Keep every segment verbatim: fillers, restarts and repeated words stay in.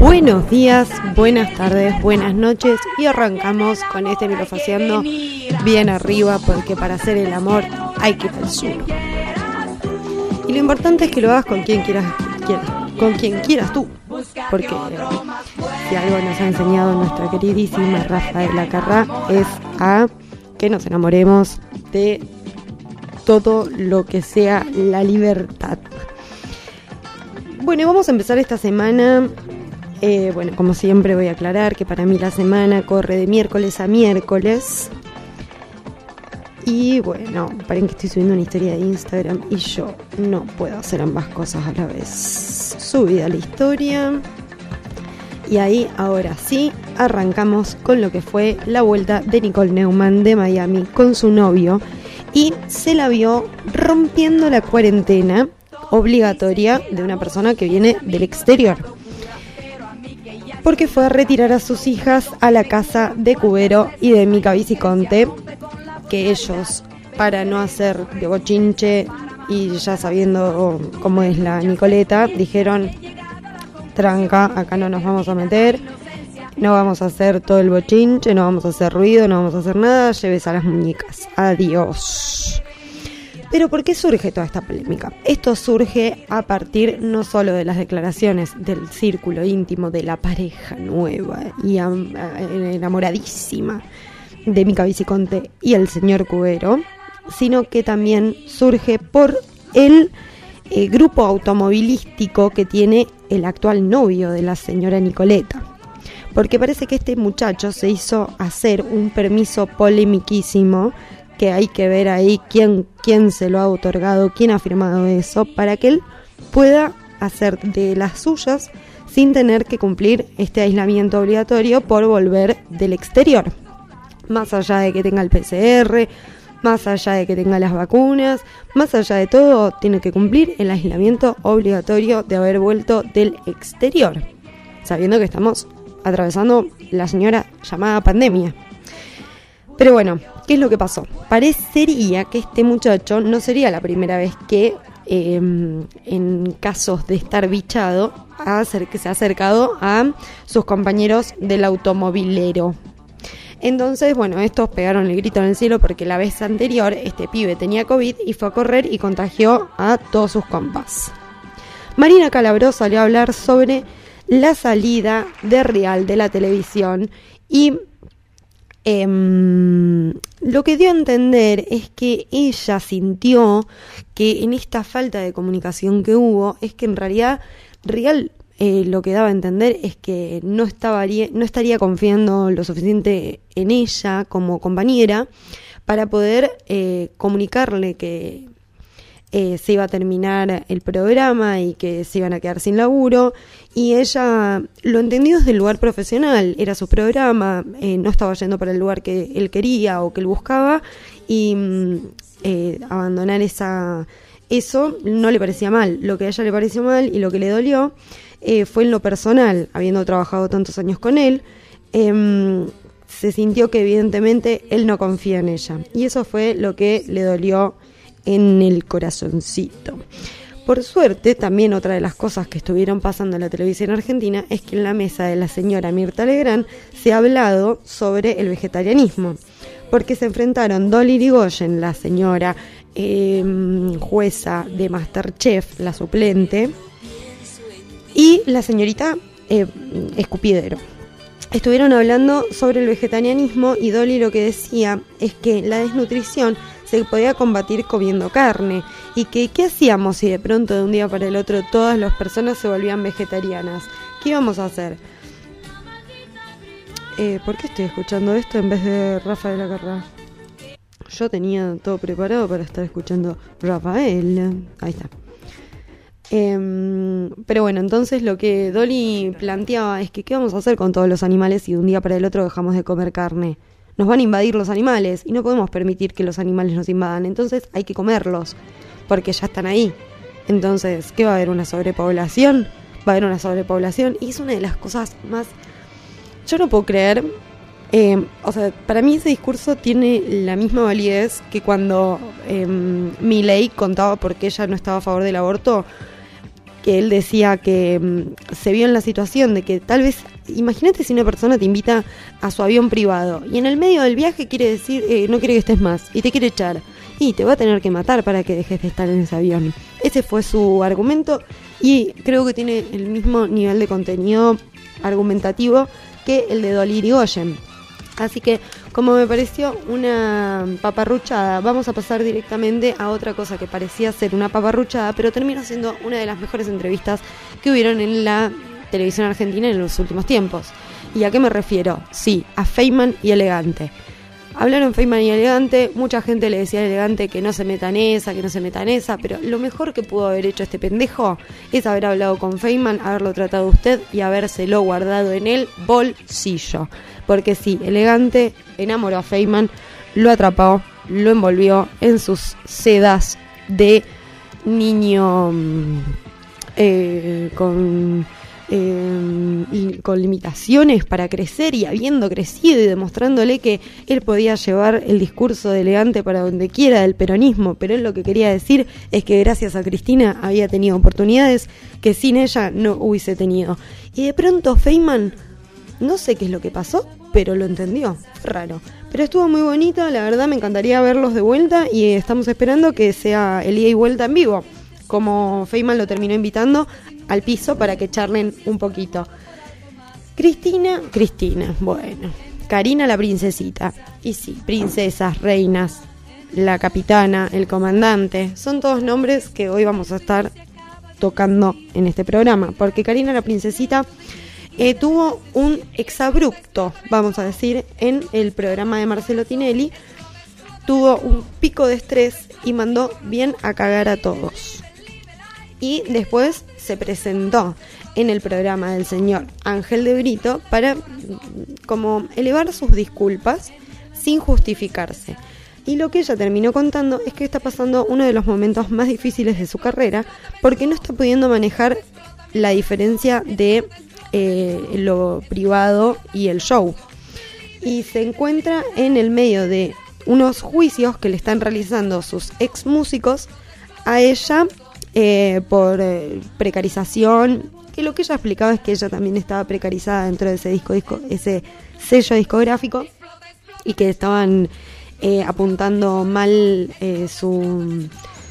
Buenos días, buenas tardes, buenas noches y arrancamos con este Mirofaciando bien arriba, porque para hacer el amor hay que ir al sur. Y lo importante es que lo hagas con quien quieras, quieras con quien quieras tú, porque si algo nos ha enseñado nuestra queridísima Rafaela Carrá es a que nos enamoremos de todo lo que sea la libertad. Bueno, y vamos a empezar esta semana. Eh, bueno, como siempre voy a aclarar que para mí la semana corre de miércoles a miércoles. Y bueno, paren que estoy subiendo una historia de Instagram y yo no puedo hacer ambas cosas a la vez. Subida la historia. Y ahí, ahora sí, arrancamos con lo que fue la vuelta de Nicole Neumann de Miami con su novio. Y se la vio rompiendo la cuarentena obligatoria de una persona que viene del exterior, porque fue a retirar a sus hijas a la casa de Cubero y de Mica Viciconte, que ellos, para no hacer de bochinche y ya sabiendo cómo es la Nicoleta, dijeron: tranca, acá no nos vamos a meter, no vamos a hacer todo el bochinche, no vamos a hacer ruido, no vamos a hacer nada, lleves a las muñecas, adiós. Pero ¿por qué surge toda esta polémica? Esto surge a partir no solo de las declaraciones del círculo íntimo de la pareja nueva y enamoradísima de Mica Viciconte y el señor Cubero, sino que también surge por el eh, grupo automovilístico que tiene el actual novio de la señora Nicoleta. Porque parece que este muchacho se hizo hacer un permiso polemiquísimo, que hay que ver ahí quién, quién se lo ha otorgado, quién ha firmado eso, para que él pueda hacer de las suyas sin tener que cumplir este aislamiento obligatorio por volver del exterior. Más allá de que tenga el P C R, más allá de que tenga las vacunas, más allá de todo, tiene que cumplir el aislamiento obligatorio de haber vuelto del exterior, sabiendo que estamos atravesando la señora llamada pandemia. Pero bueno, ¿qué es lo que pasó? Parecería que este muchacho no sería la primera vez que, eh, en casos de estar bichado, que se ha acercado a sus compañeros del automovilero. Entonces, bueno, estos pegaron el grito en el cielo porque la vez anterior este pibe tenía COVID y fue a correr y contagió a todos sus compas. Marina Calabró salió a hablar sobre la salida de Real de la televisión y Eh, lo que dio a entender es que ella sintió que en esta falta de comunicación que hubo, es que en realidad Real eh, lo que daba a entender es que no, estaba, no estaría confiando lo suficiente en ella como compañera para poder eh, comunicarle que eh, se iba a terminar el programa y que se iban a quedar sin laburo. Y ella lo entendió desde el lugar profesional, era su programa, eh, no estaba yendo para el lugar que él quería o que él buscaba, y eh, abandonar esa eso no le parecía mal. Lo que a ella le pareció mal y lo que le dolió eh, fue en lo personal, habiendo trabajado tantos años con él, eh, se sintió que evidentemente él no confía en ella, y eso fue lo que le dolió en el corazoncito. Por suerte, también otra de las cosas que estuvieron pasando en la televisión argentina es que en la mesa de la señora Mirta Legrand se ha hablado sobre el vegetarianismo, porque se enfrentaron Dolly Irigoyen, la señora eh, jueza de MasterChef, la suplente, y la señorita eh, Escupidero. Estuvieron hablando sobre el vegetarianismo y Dolly lo que decía es que la desnutrición se podía combatir comiendo carne, y que ¿qué hacíamos si de pronto de un día para el otro todas las personas se volvían vegetarianas? ¿Qué íbamos a hacer? Eh, ¿Por qué estoy escuchando esto en vez de Rafaela Carrá? Yo tenía todo preparado para estar escuchando Rafael. Ahí está. Eh, pero bueno, entonces lo que Dolly planteaba es que ¿qué vamos a hacer con todos los animales si de un día para el otro dejamos de comer carne? Nos van a invadir los animales y no podemos permitir que los animales nos invadan, entonces hay que comerlos porque ya están ahí. Entonces, ¿qué va a haber? ¿Una sobrepoblación? Va a haber una sobrepoblación y es una de las cosas más... Yo no puedo creer, eh, o sea, para mí ese discurso tiene la misma validez que cuando eh, Milei contaba por qué ella no estaba a favor del aborto. que él decía que mmm, se vio en la situación de que tal vez, imagínate si una persona te invita a su avión privado y en el medio del viaje quiere decir, eh, no quiere que estés más y te quiere echar y te va a tener que matar para que dejes de estar en ese avión. Ese fue su argumento y creo que tiene el mismo nivel de contenido argumentativo que el de Dolly Irigoyen. Así que, como me pareció una paparruchada, vamos a pasar directamente a otra cosa que parecía ser una paparruchada, pero terminó siendo una de las mejores entrevistas que hubieron en la televisión argentina en los últimos tiempos. ¿Y a qué me refiero? Sí, a Feynman y Elegante. Hablaron Feynman y Elegante, mucha gente le decía a Elegante que no se meta en esa, que no se meta en esa, pero lo mejor que pudo haber hecho este pendejo es haber hablado con Feynman, haberlo tratado usted y habérselo guardado en el bolsillo. Porque sí, Elegante enamoró a Feynman, lo atrapó, lo envolvió en sus sedas de niño eh, con... Eh, y con limitaciones para crecer y habiendo crecido y demostrándole que él podía llevar el discurso de Elegante para donde quiera del peronismo, pero él lo que quería decir es que gracias a Cristina había tenido oportunidades que sin ella no hubiese tenido. Y de pronto Feynman, no sé qué es lo que pasó, pero lo entendió, fue raro. Pero estuvo muy bonito, la verdad me encantaría verlos de vuelta y estamos esperando que sea el ida y vuelta en vivo, como Feynman lo terminó invitando al piso para que charlen un poquito. Cristina, Cristina, bueno, Karina la princesita, y sí, princesas, reinas, la capitana, el comandante, son todos nombres que hoy vamos a estar tocando en este programa, porque Karina la princesita eh, tuvo un exabrupto, vamos a decir, en el programa de Marcelo Tinelli, tuvo un pico de estrés y mandó bien a cagar a todos. Y después se presentó en el programa del señor Ángel de Brito para como elevar sus disculpas sin justificarse. Y lo que ella terminó contando es que está pasando uno de los momentos más difíciles de su carrera porque no está pudiendo manejar la diferencia de eh, lo privado y el show. Y se encuentra en el medio de unos juicios que le están realizando sus ex músicos a ella eh, por eh, precarización, que lo que ella explicaba es que ella también estaba precarizada dentro de ese disco, disco ese sello discográfico y que estaban eh, apuntando mal eh, su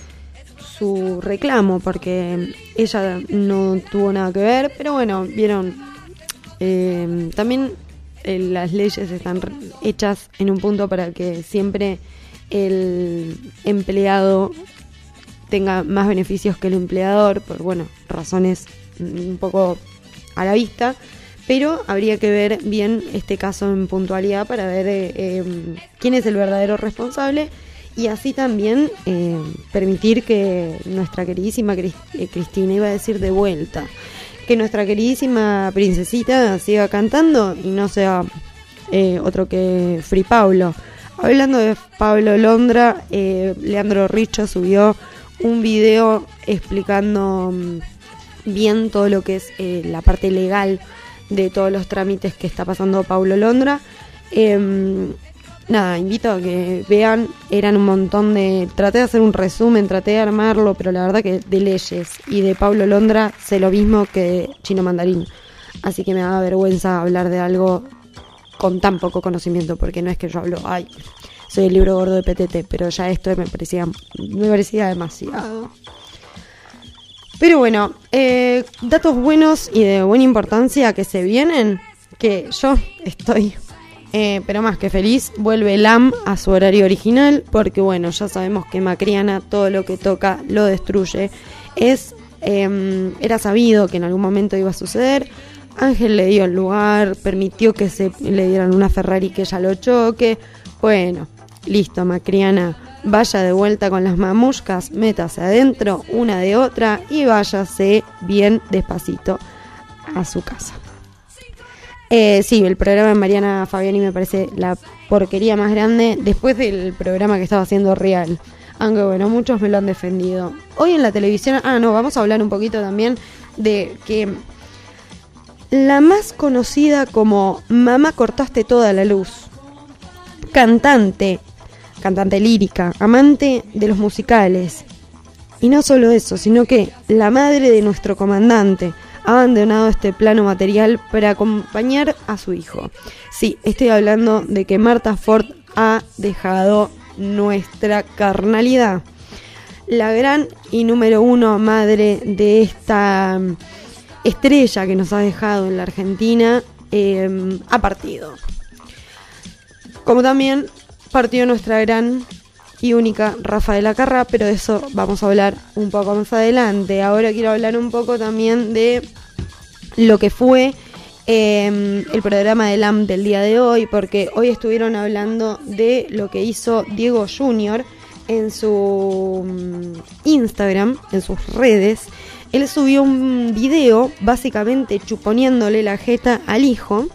su reclamo porque ella no tuvo nada que ver, pero bueno, vieron eh, también eh, las leyes están hechas en un punto para que siempre el empleado tenga más beneficios que el empleador, por bueno, razones un poco a la vista, pero habría que ver bien este caso en puntualidad para ver eh, eh, quién es el verdadero responsable y así también eh, permitir que nuestra queridísima Crist- eh, Cristina, iba a decir de vuelta, que nuestra queridísima princesita siga cantando y no sea eh, otro que Free Paulo. Hablando de Pablo Londra, eh, Leandro Richo subió un video explicando um, bien todo lo que es eh, la parte legal de todos los trámites que está pasando Pablo Londra. Eh, nada, invito a que vean, eran un montón de... Traté de hacer un resumen, traté de armarlo, pero la verdad que de leyes y de Pablo Londra sé lo mismo que de Chino Mandarín. Así que me da vergüenza hablar de algo con tan poco conocimiento, porque no es que yo hablo, ay, soy el libro gordo de P T T, pero ya esto me parecía, me parecía demasiado. Pero bueno, eh, datos buenos y de buena importancia que se vienen, que yo estoy, eh, pero más que feliz, vuelve L A M a su horario original, porque bueno, ya sabemos que Macriana todo lo que toca lo destruye. Es, eh, era sabido que en algún momento iba a suceder. Ángel le dio el lugar, permitió que se le dieran una Ferrari que ella lo choque. Bueno, listo, Macriana, vaya de vuelta con las mamushkas, métase adentro una de otra y váyase bien despacito a su casa. Eh, sí, el programa de Mariana Fabiani me parece la porquería más grande después del programa que estaba haciendo Real. Aunque bueno, muchos me lo han defendido. Hoy en la televisión, ah no, vamos a hablar un poquito también de que la más conocida como Mamá cortaste toda la luz, cantante, cantante lírica, amante de los musicales, y no solo eso, sino que la madre de nuestro comandante ha abandonado este plano material para acompañar a su hijo. Sí, estoy hablando de que Marta Ford ha dejado nuestra carnalidad. La gran y número uno madre de esta estrella que nos ha dejado en la Argentina eh, ha partido. Como también partió nuestra gran y única Rafaela Carrà, pero de eso vamos a hablar un poco más adelante. Ahora quiero hablar un poco también de lo que fue eh, el programa de L A M del día de hoy, porque hoy estuvieron hablando de lo que hizo Diego Junior en su Instagram, en sus redes. Él subió un video básicamente chuponeándole la jeta al hijo.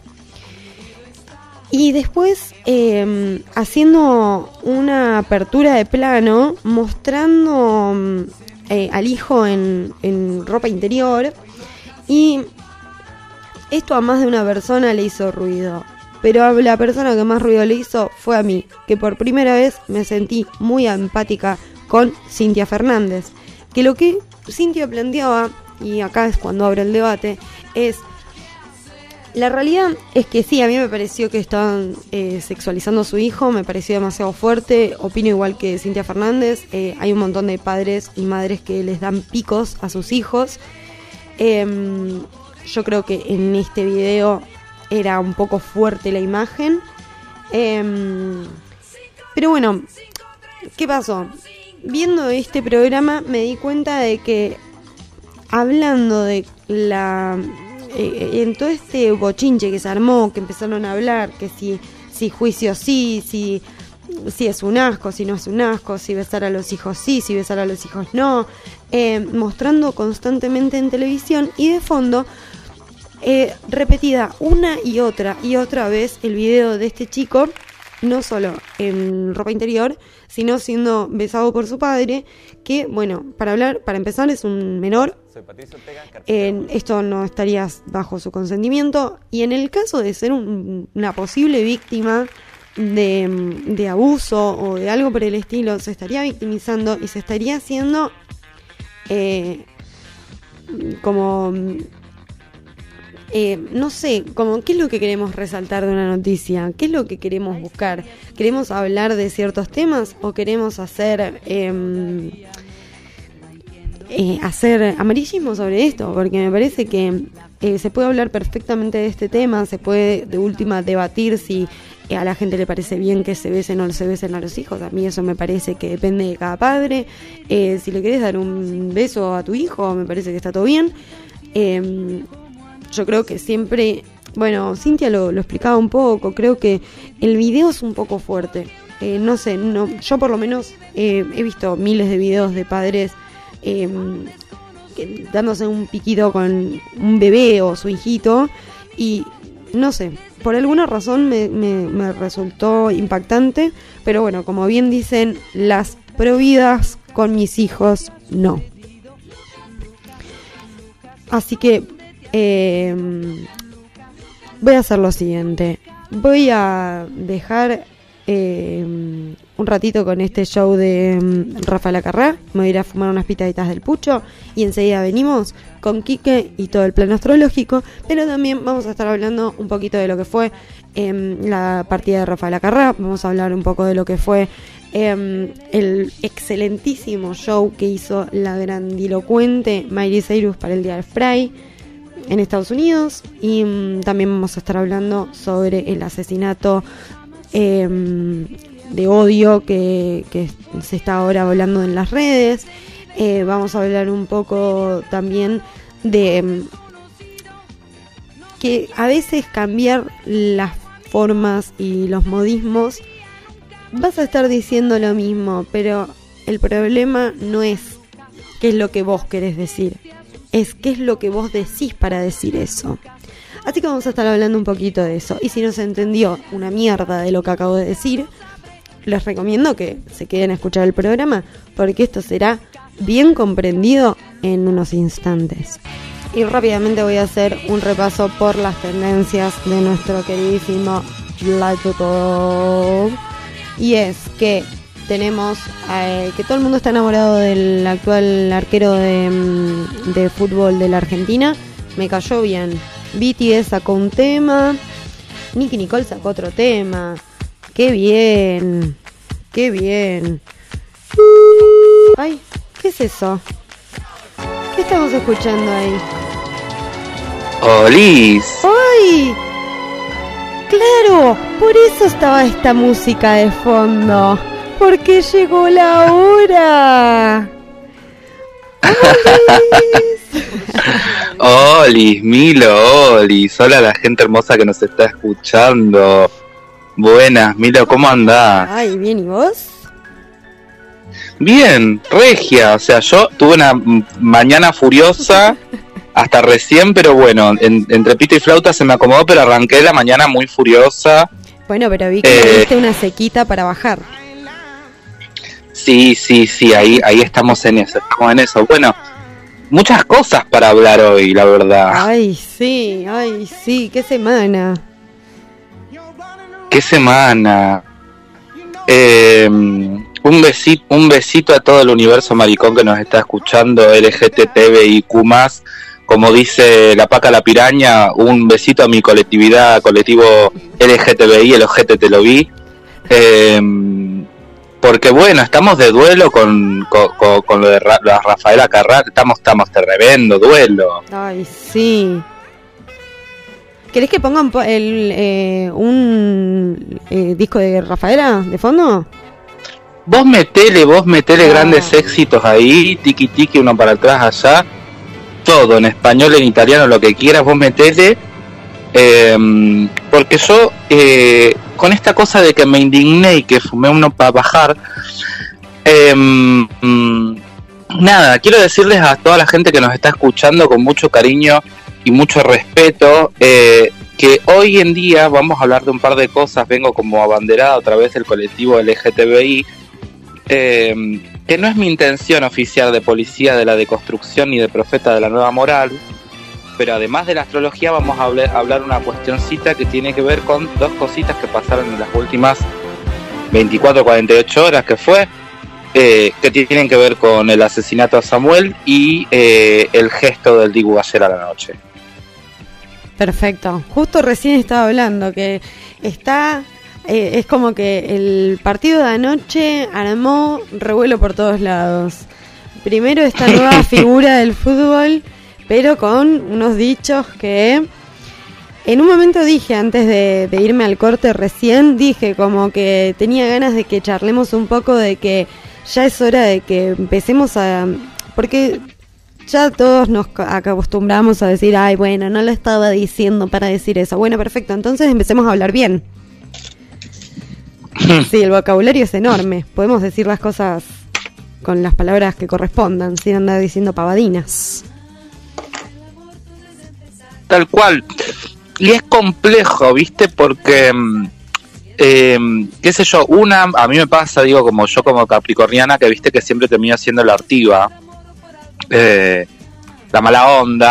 Y después eh, haciendo una apertura de plano, mostrando eh, al hijo en, en ropa interior. Y esto a más de una persona le hizo ruido. Pero a la persona que más ruido le hizo fue a mí, que por primera vez me sentí muy empática con Cintia Fernández. Que lo que Cintia planteaba, y acá es cuando abre el debate, es... La realidad es que sí, a mí me pareció que estaban eh, sexualizando a su hijo, me pareció demasiado fuerte, opino igual que Cintia Fernández, eh, hay un montón de padres y madres que les dan picos a sus hijos. Eh, yo creo que en este video era un poco fuerte la imagen. Eh, pero bueno, ¿qué pasó? Viendo este programa me di cuenta de que hablando de la... Eh, en todo este bochinche que se armó, que empezaron a hablar, que si, si juicio sí, si, si es un asco, si no es un asco, si besar a los hijos sí, si besar a los hijos no, eh, mostrando constantemente en televisión y de fondo, eh, repetida una y otra y otra vez el video de este chico, no solo en ropa interior, sino siendo besado por su padre, que, bueno, para hablar, para empezar, es un menor. Eh, esto no estaría bajo su consentimiento. Y en el caso de ser un, una posible víctima de, de abuso o de algo por el estilo, se estaría victimizando y se estaría haciendo eh, como... Eh, no sé, como qué es lo que queremos resaltar de una noticia, qué es lo que queremos buscar, queremos hablar de ciertos temas o queremos hacer eh, eh, hacer amarillismo sobre esto, porque me parece que eh, se puede hablar perfectamente de este tema, se puede de última debatir si eh, a la gente le parece bien que se besen o no se besen a los hijos. A mí eso me parece que depende de cada padre. Eh, si le querés dar un beso a tu hijo, me parece que está todo bien. eh, Yo creo que siempre, bueno, Cintia lo, lo explicaba un poco, creo que el video es un poco fuerte. Eh, no sé, no, yo por lo menos eh, he visto miles de videos de padres eh, que, dándose un piquito con un bebé o su hijito y no sé, por alguna razón me, me, me resultó impactante, pero bueno, como bien dicen, las prohibidas con mis hijos, no. Así que... Eh, voy a hacer lo siguiente. Voy a dejar eh, un ratito con este show de um, Rafaela Carrà. Me voy a ir a fumar unas pitaditas del pucho y enseguida venimos con Quique y todo el plano astrológico. Pero también vamos a estar hablando un poquito de lo que fue eh, la partida de Rafaela Carrà. Vamos a hablar un poco de lo que fue eh, el excelentísimo show que hizo la grandilocuente Miley Cyrus para el Día del Spray en Estados Unidos, y um, también vamos a estar hablando sobre el asesinato eh, de odio que, que se está ahora hablando en las redes. Eh, vamos a hablar un poco también de um, que a veces cambiar las formas y los modismos, vas a estar diciendo lo mismo, pero el problema no es qué es lo que vos querés decir, es qué es lo que vos decís para decir eso. Así que vamos a estar hablando un poquito de eso. Y si no se entendió una mierda de lo que acabo de decir, les recomiendo que se queden a escuchar el programa, porque esto será bien comprendido en unos instantes. Y rápidamente voy a hacer un repaso por las tendencias de nuestro queridísimo YouTube. Y es que tenemos eh, que todo el mundo está enamorado del actual arquero de, de fútbol de la Argentina. Me cayó bien. B T S sacó un tema, Nicki Nicole sacó otro tema. Qué bien, qué bien. Ay, ¿qué es eso? ¿Qué estamos escuchando ahí? ¡Olis! ¡Ay! Claro, por eso estaba esta música de fondo. Porque llegó la hora. ¡Olis! ¡Olis, Milo, Olis! Hola a la gente hermosa que nos está escuchando. Buenas, Milo, ¿cómo andás? Ay, bien, ¿y vos? Bien, regia. O sea, yo tuve una mañana furiosa hasta recién, pero bueno, en, entre pito y flauta se me acomodó, pero arranqué la mañana muy furiosa. Bueno, pero vi que eh, le diste una sequita para bajar. Sí, sí, sí, ahí, ahí estamos en eso, estamos en eso. Bueno, muchas cosas para hablar hoy, la verdad. Ay, sí, ay, sí, qué semana. Qué semana. Eh, un besito, un besito a todo el universo maricón que nos está escuchando, L G T B I Q más, como dice la Paca la Piraña, un besito a mi colectividad, colectivo L G T B I, el ojete te lo vi. Eh, porque bueno, estamos de duelo con, con, con, con lo de Ra, la Rafaela Carrà, estamos, estamos tremendo duelo. Ay, sí. ¿Querés que pongan el, eh, un eh, disco de Rafaela de fondo? Vos metele, vos metele ah. grandes éxitos ahí, tiki tiki, uno para atrás allá, todo en español, en italiano, lo que quieras, vos metele, eh, porque yo, eh, con esta cosa de que me indigné y que fumé uno para bajar, eh, mm, nada, quiero decirles a toda la gente que nos está escuchando con mucho cariño y mucho respeto, eh, que hoy en día vamos a hablar de un par de cosas. Vengo como abanderada otra vez del colectivo L G T B I, eh, que no es mi intención oficial de policía de la deconstrucción ni de profeta de la nueva moral, pero además de la astrología vamos a hablar, a hablar una cuestioncita que tiene que ver con dos cositas que pasaron en las últimas veinticuatro a cuarenta y ocho horas, que fue eh, que tienen que ver con el asesinato a Samuel y eh, el gesto del Dibu ayer a la noche. Perfecto. Justo recién estaba hablando que está, eh, es como que el partido de anoche armó revuelo por todos lados. Primero esta nueva figura del fútbol, pero con unos dichos que en un momento dije, antes de, de irme al corte recién, dije como que tenía ganas de que charlemos un poco de que ya es hora de que empecemos a... porque ya todos nos acostumbramos a decir, ay, bueno, no lo estaba diciendo para decir eso. Bueno, perfecto, entonces empecemos a hablar bien. Sí, el vocabulario es enorme. Podemos decir las cosas con las palabras que correspondan, sin andar diciendo pavadinas. Tal cual. Y es complejo, ¿viste? Porque, eh, qué sé yo, una, a mí me pasa, digo, como yo como capricorniana, que viste que siempre termino siendo la ortiva. Eh, la mala onda.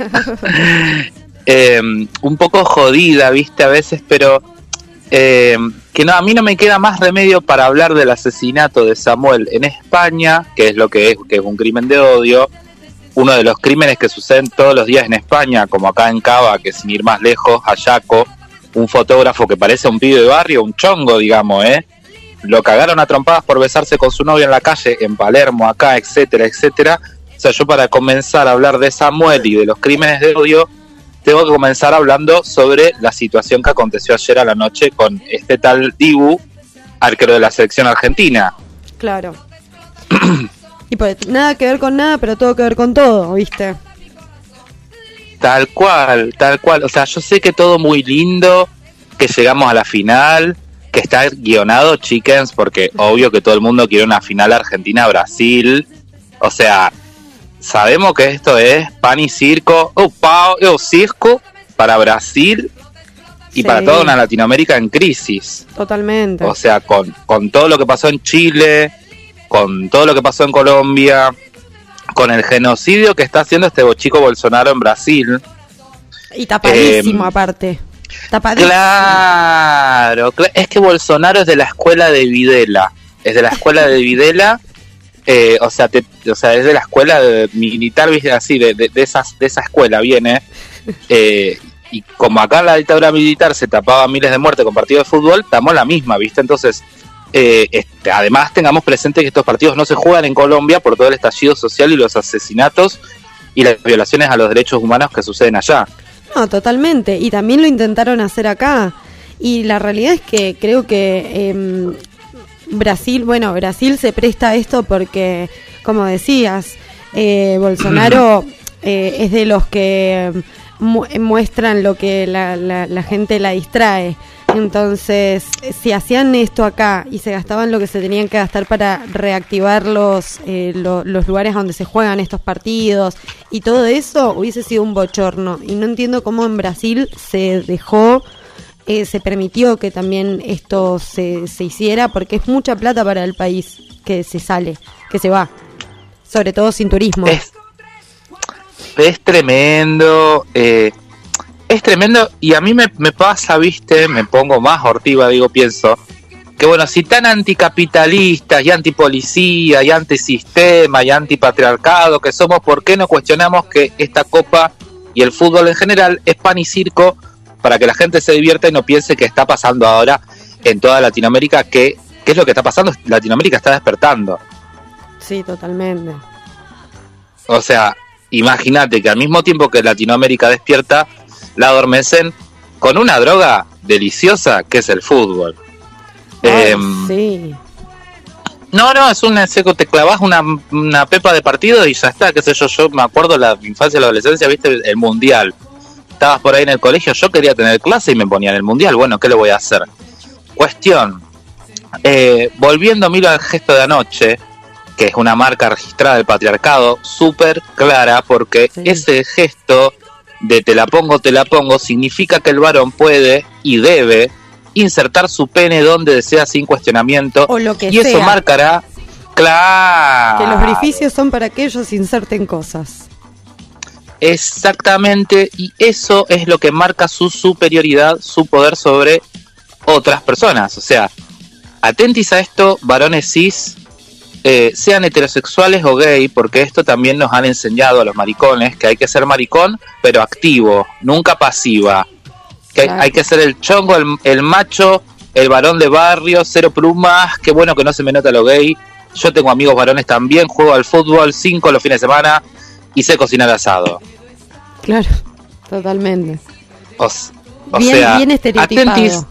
eh, un poco jodida, viste, a veces, pero eh, que no, a mí no me queda más remedio para hablar del asesinato de Samuel en España, que es lo que es, que es un crimen de odio, uno de los crímenes que suceden todos los días en España, como acá en Cava, que sin ir más lejos, Ayaco, un fotógrafo que parece un pibe de barrio, un chongo, digamos, eh lo cagaron a trompadas por besarse con su novia en la calle, en Palermo, acá, etcétera, etcétera. O sea, yo para comenzar a hablar de Samuel y de los crímenes de odio, tengo que comenzar hablando sobre la situación que aconteció ayer a la noche con este tal Dibu, arquero de la selección argentina. Claro. Y pues nada que ver con nada, pero todo que ver con todo, ¿viste? Tal cual, tal cual. O sea, yo sé que todo muy lindo, que llegamos a la final, que está guionado, chickens, porque obvio que todo el mundo quiere una final Argentina-Brasil. O sea, sabemos que esto es pan y circo, o pao, o circo para Brasil y sí, para toda una Latinoamérica en crisis. Totalmente. O sea, con, con todo lo que pasó en Chile, con todo lo que pasó en Colombia, con el genocidio que está haciendo este bochico Bolsonaro en Brasil. Y tapadísimo, eh, aparte. Tapadísimo. Claro, es que Bolsonaro es de la escuela de Videla. es de la escuela de Videla, eh, o sea, te, o sea, es de la escuela de, militar, ¿viste? Así, de, de, de, esas, de esa escuela viene, eh, y como acá en la dictadura militar se tapaba miles de muertes con partidos de fútbol, estamos la misma, ¿viste? Entonces, eh, este, además tengamos presente que estos partidos no se juegan en Colombia por todo el estallido social y los asesinatos y las violaciones a los derechos humanos que suceden allá. No, totalmente, y también lo intentaron hacer acá, y la realidad es que creo que eh, Brasil, bueno, Brasil se presta a esto porque, como decías, eh, Bolsonaro eh, es de los que mu- muestran lo que la, la, la gente la distrae. Entonces, si hacían esto acá y se gastaban lo que se tenían que gastar para reactivar los, eh, lo, los lugares donde se juegan estos partidos y todo eso, hubiese sido un bochorno. Y no entiendo cómo en Brasil se dejó, eh, se permitió que también esto se, se hiciera, porque es mucha plata para el país que se sale, que se va, sobre todo sin turismo. Es, es tremendo, eh... Es tremendo, y a mí me, me pasa, viste, me pongo más hortiva, digo, pienso, que bueno, si tan anticapitalistas y antipolicía y antisistema y antipatriarcado que somos, ¿por qué no cuestionamos que esta copa y el fútbol en general es pan y circo para que la gente se divierta y no piense que está pasando ahora en toda Latinoamérica? ¿Qué, qué es lo que está pasando? Latinoamérica está despertando. Sí, totalmente. O sea, imagínate que al mismo tiempo que Latinoamérica despierta, la adormecen con una droga deliciosa que es el fútbol. Ay, eh, sí. No, no, es un seco, te clavas una, una pepa de partido y ya está, qué sé yo, yo me acuerdo la infancia y la adolescencia, viste, el mundial. Estabas por ahí en el colegio, yo quería tener clase y me ponía en el mundial, bueno, ¿qué le voy a hacer? Cuestión, eh, volviendo a mí al gesto de anoche, que es una marca registrada del patriarcado, súper clara, porque sí. Ese gesto de te la pongo, te la pongo, significa que el varón puede y debe insertar su pene donde desea sin cuestionamiento, o lo que y sea. Eso marcará, claro, que los orificios son para que ellos inserten cosas. Exactamente, y eso es lo que marca su superioridad, su poder sobre otras personas. O sea, atentis a esto, varones cis, Eh, sean heterosexuales o gay, porque esto también nos han enseñado a los maricones, que hay que ser maricón, pero activo, nunca pasiva, que claro. hay, hay que ser el chongo, el, el macho, el varón de barrio, cero plumas, qué bueno que no se me nota lo gay. Yo tengo amigos varones también, juego al fútbol cinco los fines de semana y sé cocinar asado. Claro, totalmente. O, o bien, sea, bien estereotipado. Atentis,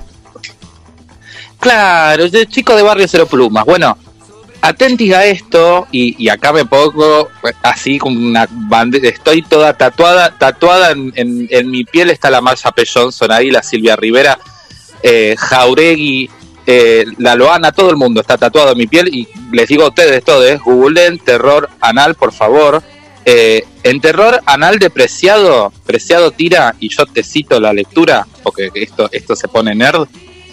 claro, yo chico de barrio cero plumas, bueno. Atentis a esto, y, y acá me pongo así con una bandera, estoy toda tatuada, tatuada en, en, en mi piel está la Marsha P. Johnson ahí, la Silvia Rivera, eh, Jauregui, eh, la Loana, todo el mundo está tatuado en mi piel, y les digo a ustedes todos, googleen terror anal, por favor. Eh, en terror anal de Preciado, Preciado tira, y yo te cito la lectura, porque esto, esto se pone nerd.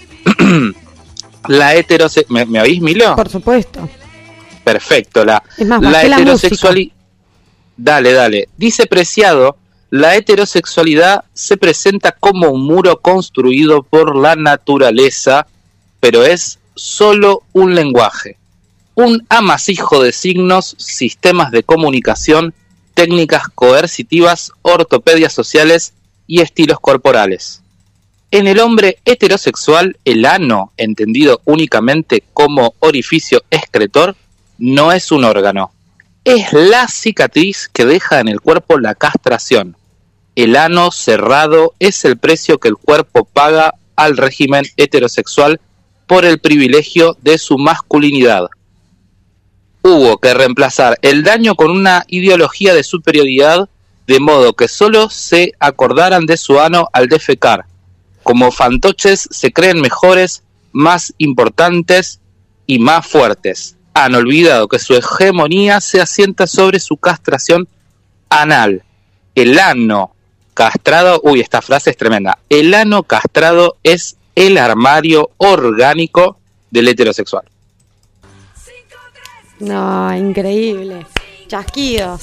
La heterose... ¿Me, ¿Me oís, Milo? Por supuesto. Perfecto. La, es más, la heterosexualidad... Dale, dale. Dice Preciado, la heterosexualidad se presenta como un muro construido por la naturaleza, pero es solo un lenguaje. Un amasijo de signos, sistemas de comunicación, técnicas coercitivas, ortopedias sociales y estilos corporales. En el hombre heterosexual, el ano, entendido únicamente como orificio excretor, no es un órgano. Es la cicatriz que deja en el cuerpo la castración. El ano cerrado es el precio que el cuerpo paga al régimen heterosexual por el privilegio de su masculinidad. Hubo que reemplazar el daño con una ideología de superioridad, de modo que solo se acordaran de su ano al defecar. Como fantoches se creen mejores, más importantes y más fuertes. Han olvidado que su hegemonía se asienta sobre su castración anal. El ano castrado, uy, esta frase es tremenda. El ano castrado es el armario orgánico del heterosexual. No, increíble. Chasquidos.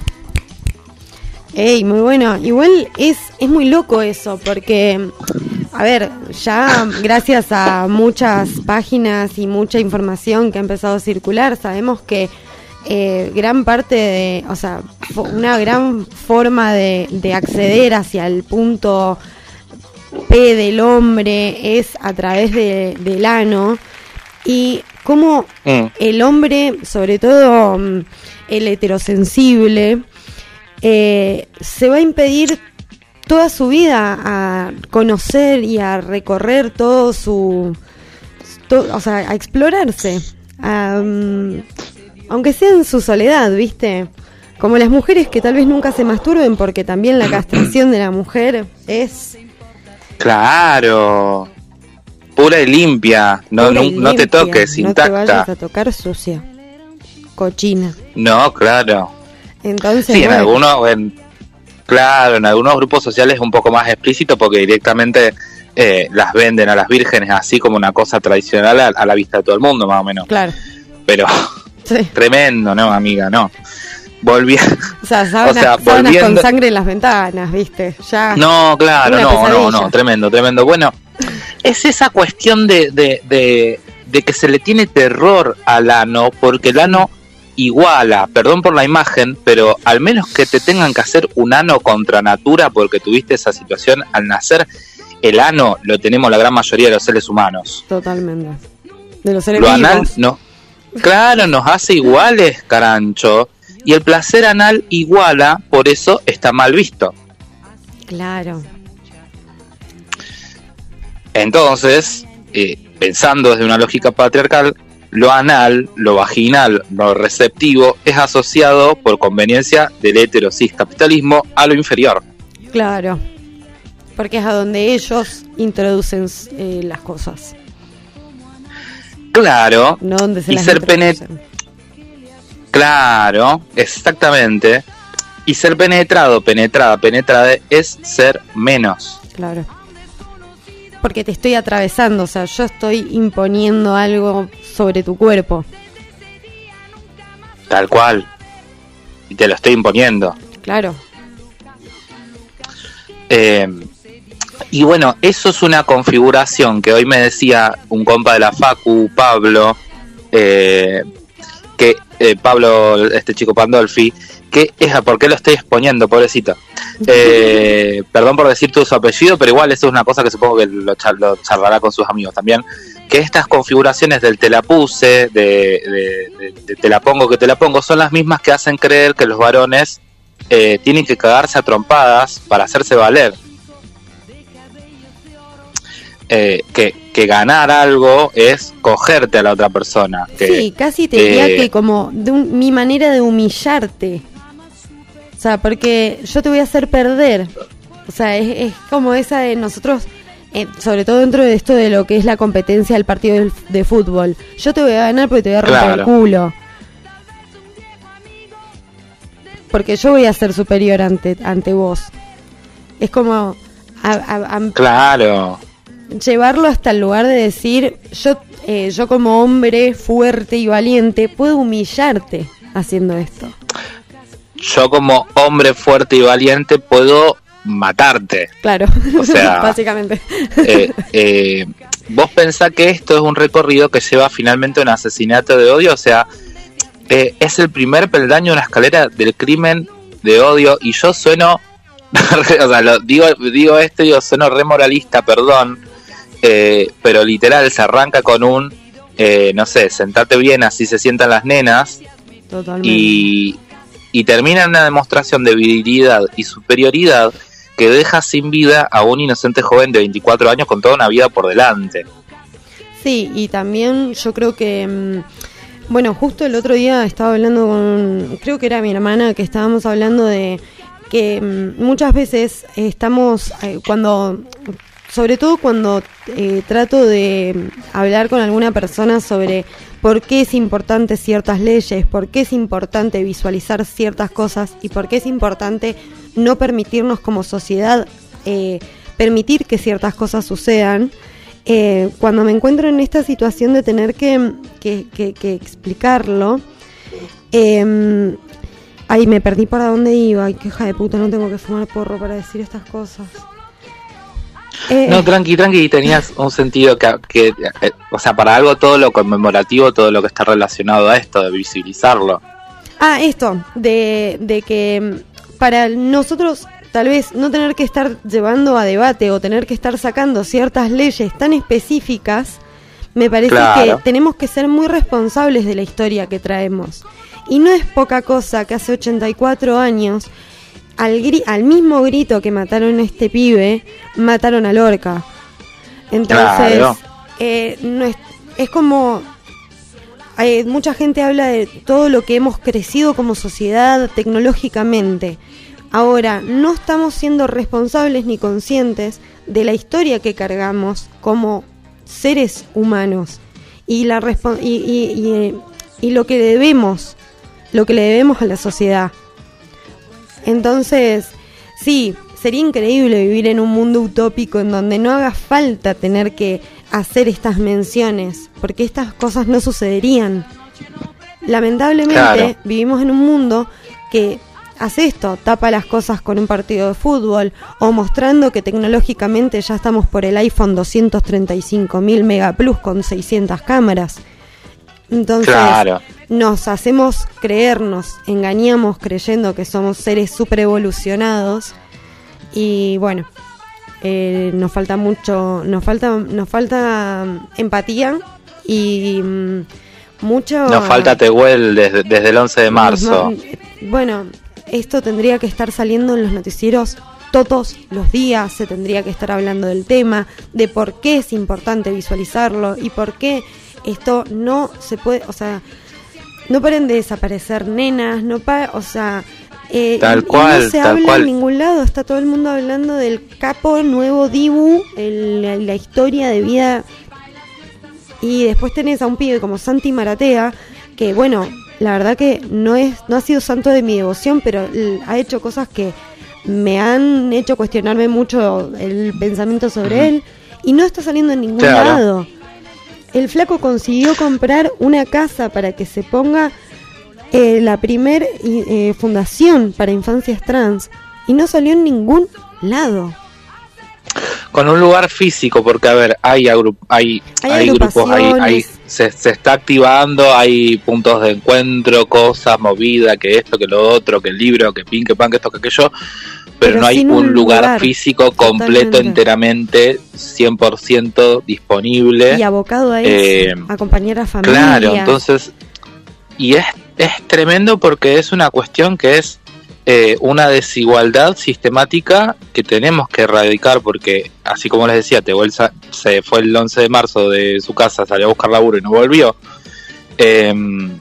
Ey, muy bueno. Igual es, es muy loco eso, porque a ver, ya gracias a muchas páginas y mucha información que ha empezado a circular, sabemos que eh, gran parte de, o sea, una gran forma de, de acceder hacia el punto P del hombre es a través de, del ano, y cómo mm. el hombre, sobre todo el heterosensible, eh, se va a impedir toda su vida a conocer y a recorrer todo su, to, o sea, a explorarse, a, um, aunque sea en su soledad, ¿viste? Como las mujeres que tal vez nunca se masturben, porque también la castración de la mujer es... Claro, pura y limpia, no, pura y no, limpia. no te toques, no intacta. No te vayas a tocar sucia, cochina. No, claro. Entonces, sí, bueno. en algunos... En... Claro, en algunos grupos sociales es un poco más explícito porque directamente eh, las venden a las vírgenes así como una cosa tradicional a, a la vista de todo el mundo, más o menos. Claro. Pero sí. Tremendo, ¿no, amiga? No. Volví. O sea, sábanas, o sea, sábanas volviendo... con sangre en las ventanas, ¿viste? Ya. No, claro, no, pesadilla. no, no, tremendo, tremendo. Bueno, es esa cuestión de, de, de, de que se le tiene terror al ano, porque el ano iguala, perdón por la imagen, pero al menos que te tengan que hacer un ano contra natura porque tuviste esa situación al nacer, el ano lo tenemos la gran mayoría de los seres humanos. Totalmente. De los seres lo vivos. Anal, no. Claro, nos hace iguales, carancho. Y el placer anal iguala, por eso está mal visto. Claro. Entonces, eh, pensando desde una lógica patriarcal, lo anal, lo vaginal, lo receptivo es asociado por conveniencia del heterosis capitalismo a lo inferior. Claro, porque es a donde ellos introducen eh, las cosas. Claro, no donde se y las ser penetrado. Claro, exactamente. Y ser penetrado, penetrada, penetrada es ser menos. Claro. Porque te estoy atravesando, o sea, yo estoy imponiendo algo sobre tu cuerpo. Tal cual. Y te lo estoy imponiendo. Claro. Eh, y bueno, eso es una configuración que hoy me decía un compa de la Facu, Pablo, eh, que eh, Pablo, este chico Pandolfi, que es a por qué lo estoy exponiendo, pobrecito. Eh, perdón por decir tu su apellido, pero igual eso es una cosa que supongo que lo, char- lo charlará con sus amigos también, que estas configuraciones del te la puse, de, de, de, de te la pongo que te la pongo, son las mismas que hacen creer que los varones eh, tienen que cagarse a trompadas para hacerse valer. Eh, que, que ganar algo es cogerte a la otra persona. Que, sí, casi te diría eh, que como de un, mi manera de humillarte. O sea, porque yo te voy a hacer perder. O sea, es, es como esa de nosotros, eh, sobre todo dentro de esto de lo que es la competencia del partido de, de fútbol. Yo te voy a ganar porque te voy a romper claro. el culo. Porque yo voy a ser superior ante ante vos. Es como... A, a, a, claro. Llevarlo hasta el lugar de decir, yo, eh, yo como hombre fuerte y valiente puedo humillarte haciendo esto. Yo como hombre fuerte y valiente puedo matarte. Claro, o sea, básicamente. Eh, eh, vos pensás que esto es un recorrido que lleva finalmente a un asesinato de odio, o sea, eh, es el primer peldaño en la escalera del crimen de odio, y yo sueno, o sea, lo, digo, digo esto y yo sueno re moralista, perdón, eh, pero literal se arranca con un, eh, no sé, sentate bien, así se sientan las nenas. Totalmente. Y... y termina en una demostración de virilidad y superioridad que deja sin vida a un inocente joven de veinticuatro años con toda una vida por delante. Sí, y también yo creo que, bueno, justo el otro día estaba hablando con, creo que era mi hermana, que estábamos hablando de que muchas veces estamos, eh, cuando, sobre todo cuando eh, trato de hablar con alguna persona sobre por qué es importante ciertas leyes, por qué es importante visualizar ciertas cosas y por qué es importante no permitirnos como sociedad eh, permitir que ciertas cosas sucedan. Eh, cuando me encuentro en esta situación de tener que, que, que, que explicarlo, eh, ay, me perdí para dónde iba, ay, qué hija de puta, no tengo que fumar porro para decir estas cosas. Eh, No, tranqui, tranqui, tenías un sentido que, que eh, o sea, para algo todo lo conmemorativo, todo lo que está relacionado a esto, de visibilizarlo. Ah, esto, de, de que para nosotros tal vez no tener que estar llevando a debate o tener que estar sacando ciertas leyes tan específicas, me parece Claro. que tenemos que ser muy responsables de la historia que traemos. Y no es poca cosa que hace ochenta y cuatro años, al, gri- al mismo grito que mataron a este pibe, mataron a Lorca. Entonces, Claro. eh, no es, es como... Eh, mucha gente habla de todo lo que hemos crecido como sociedad tecnológicamente. Ahora, no estamos siendo responsables ni conscientes de la historia que cargamos como seres humanos y la respo- y, y, y, y lo que debemos, lo que le debemos a la sociedad. Entonces, sí, sería increíble vivir en un mundo utópico en donde no haga falta tener que hacer estas menciones, porque estas cosas no sucederían. Lamentablemente, Claro. vivimos en un mundo que hace esto, tapa las cosas con un partido de fútbol o mostrando que tecnológicamente ya estamos por el iPhone doscientos treinta y cinco mil Mega Plus con seiscientas cámaras. Entonces, Claro. nos hacemos creer, nos engañamos creyendo que somos seres super evolucionados y bueno, eh, nos falta mucho, nos falta, nos falta mm, empatía y mm, mucho. Nos falta Tehuel desde, desde el once de marzo. Nos- Bueno, esto tendría que estar saliendo en los noticieros todos los días, se tendría que estar hablando del tema, de por qué es importante visualizarlo y por qué esto no se puede, o sea, no paren de desaparecer nenas, no pa, o sea, eh, Tal y- y cual, no se tal habla cual. en ningún lado, está todo el mundo hablando del capo nuevo Dibu, el- la, la historia de vida. Y después tenés a un pibe como Santi Maratea, que bueno, la verdad que no es no ha sido santo de mi devoción, pero l- ha hecho cosas que me han hecho cuestionarme mucho el pensamiento sobre Ujú. él, y no está saliendo en ningún Claro. lado. El flaco consiguió comprar una casa para que se ponga eh, la primer eh, fundación para infancias trans, y no salió en ningún lado. Con un lugar físico, porque a ver, hay agru- hay, Hay hay grupos, hay, hay agrupaciones. se, se está activando, hay puntos de encuentro, cosas, movida, que esto, que lo otro, que el libro, que pin, que pan, que esto, que aquello, pero, Pero no hay sin un un lugar, lugar, físico completo, totalmente. enteramente, cien por ciento disponible. Y abocado a eso, Eh, acompañar a familias. Claro, entonces, y es, es tremendo porque es una cuestión que es eh, una desigualdad sistemática que tenemos que erradicar, porque así como les decía, Tehuel sa- se fue el once de marzo de su casa, salió a buscar laburo y no volvió. Eh,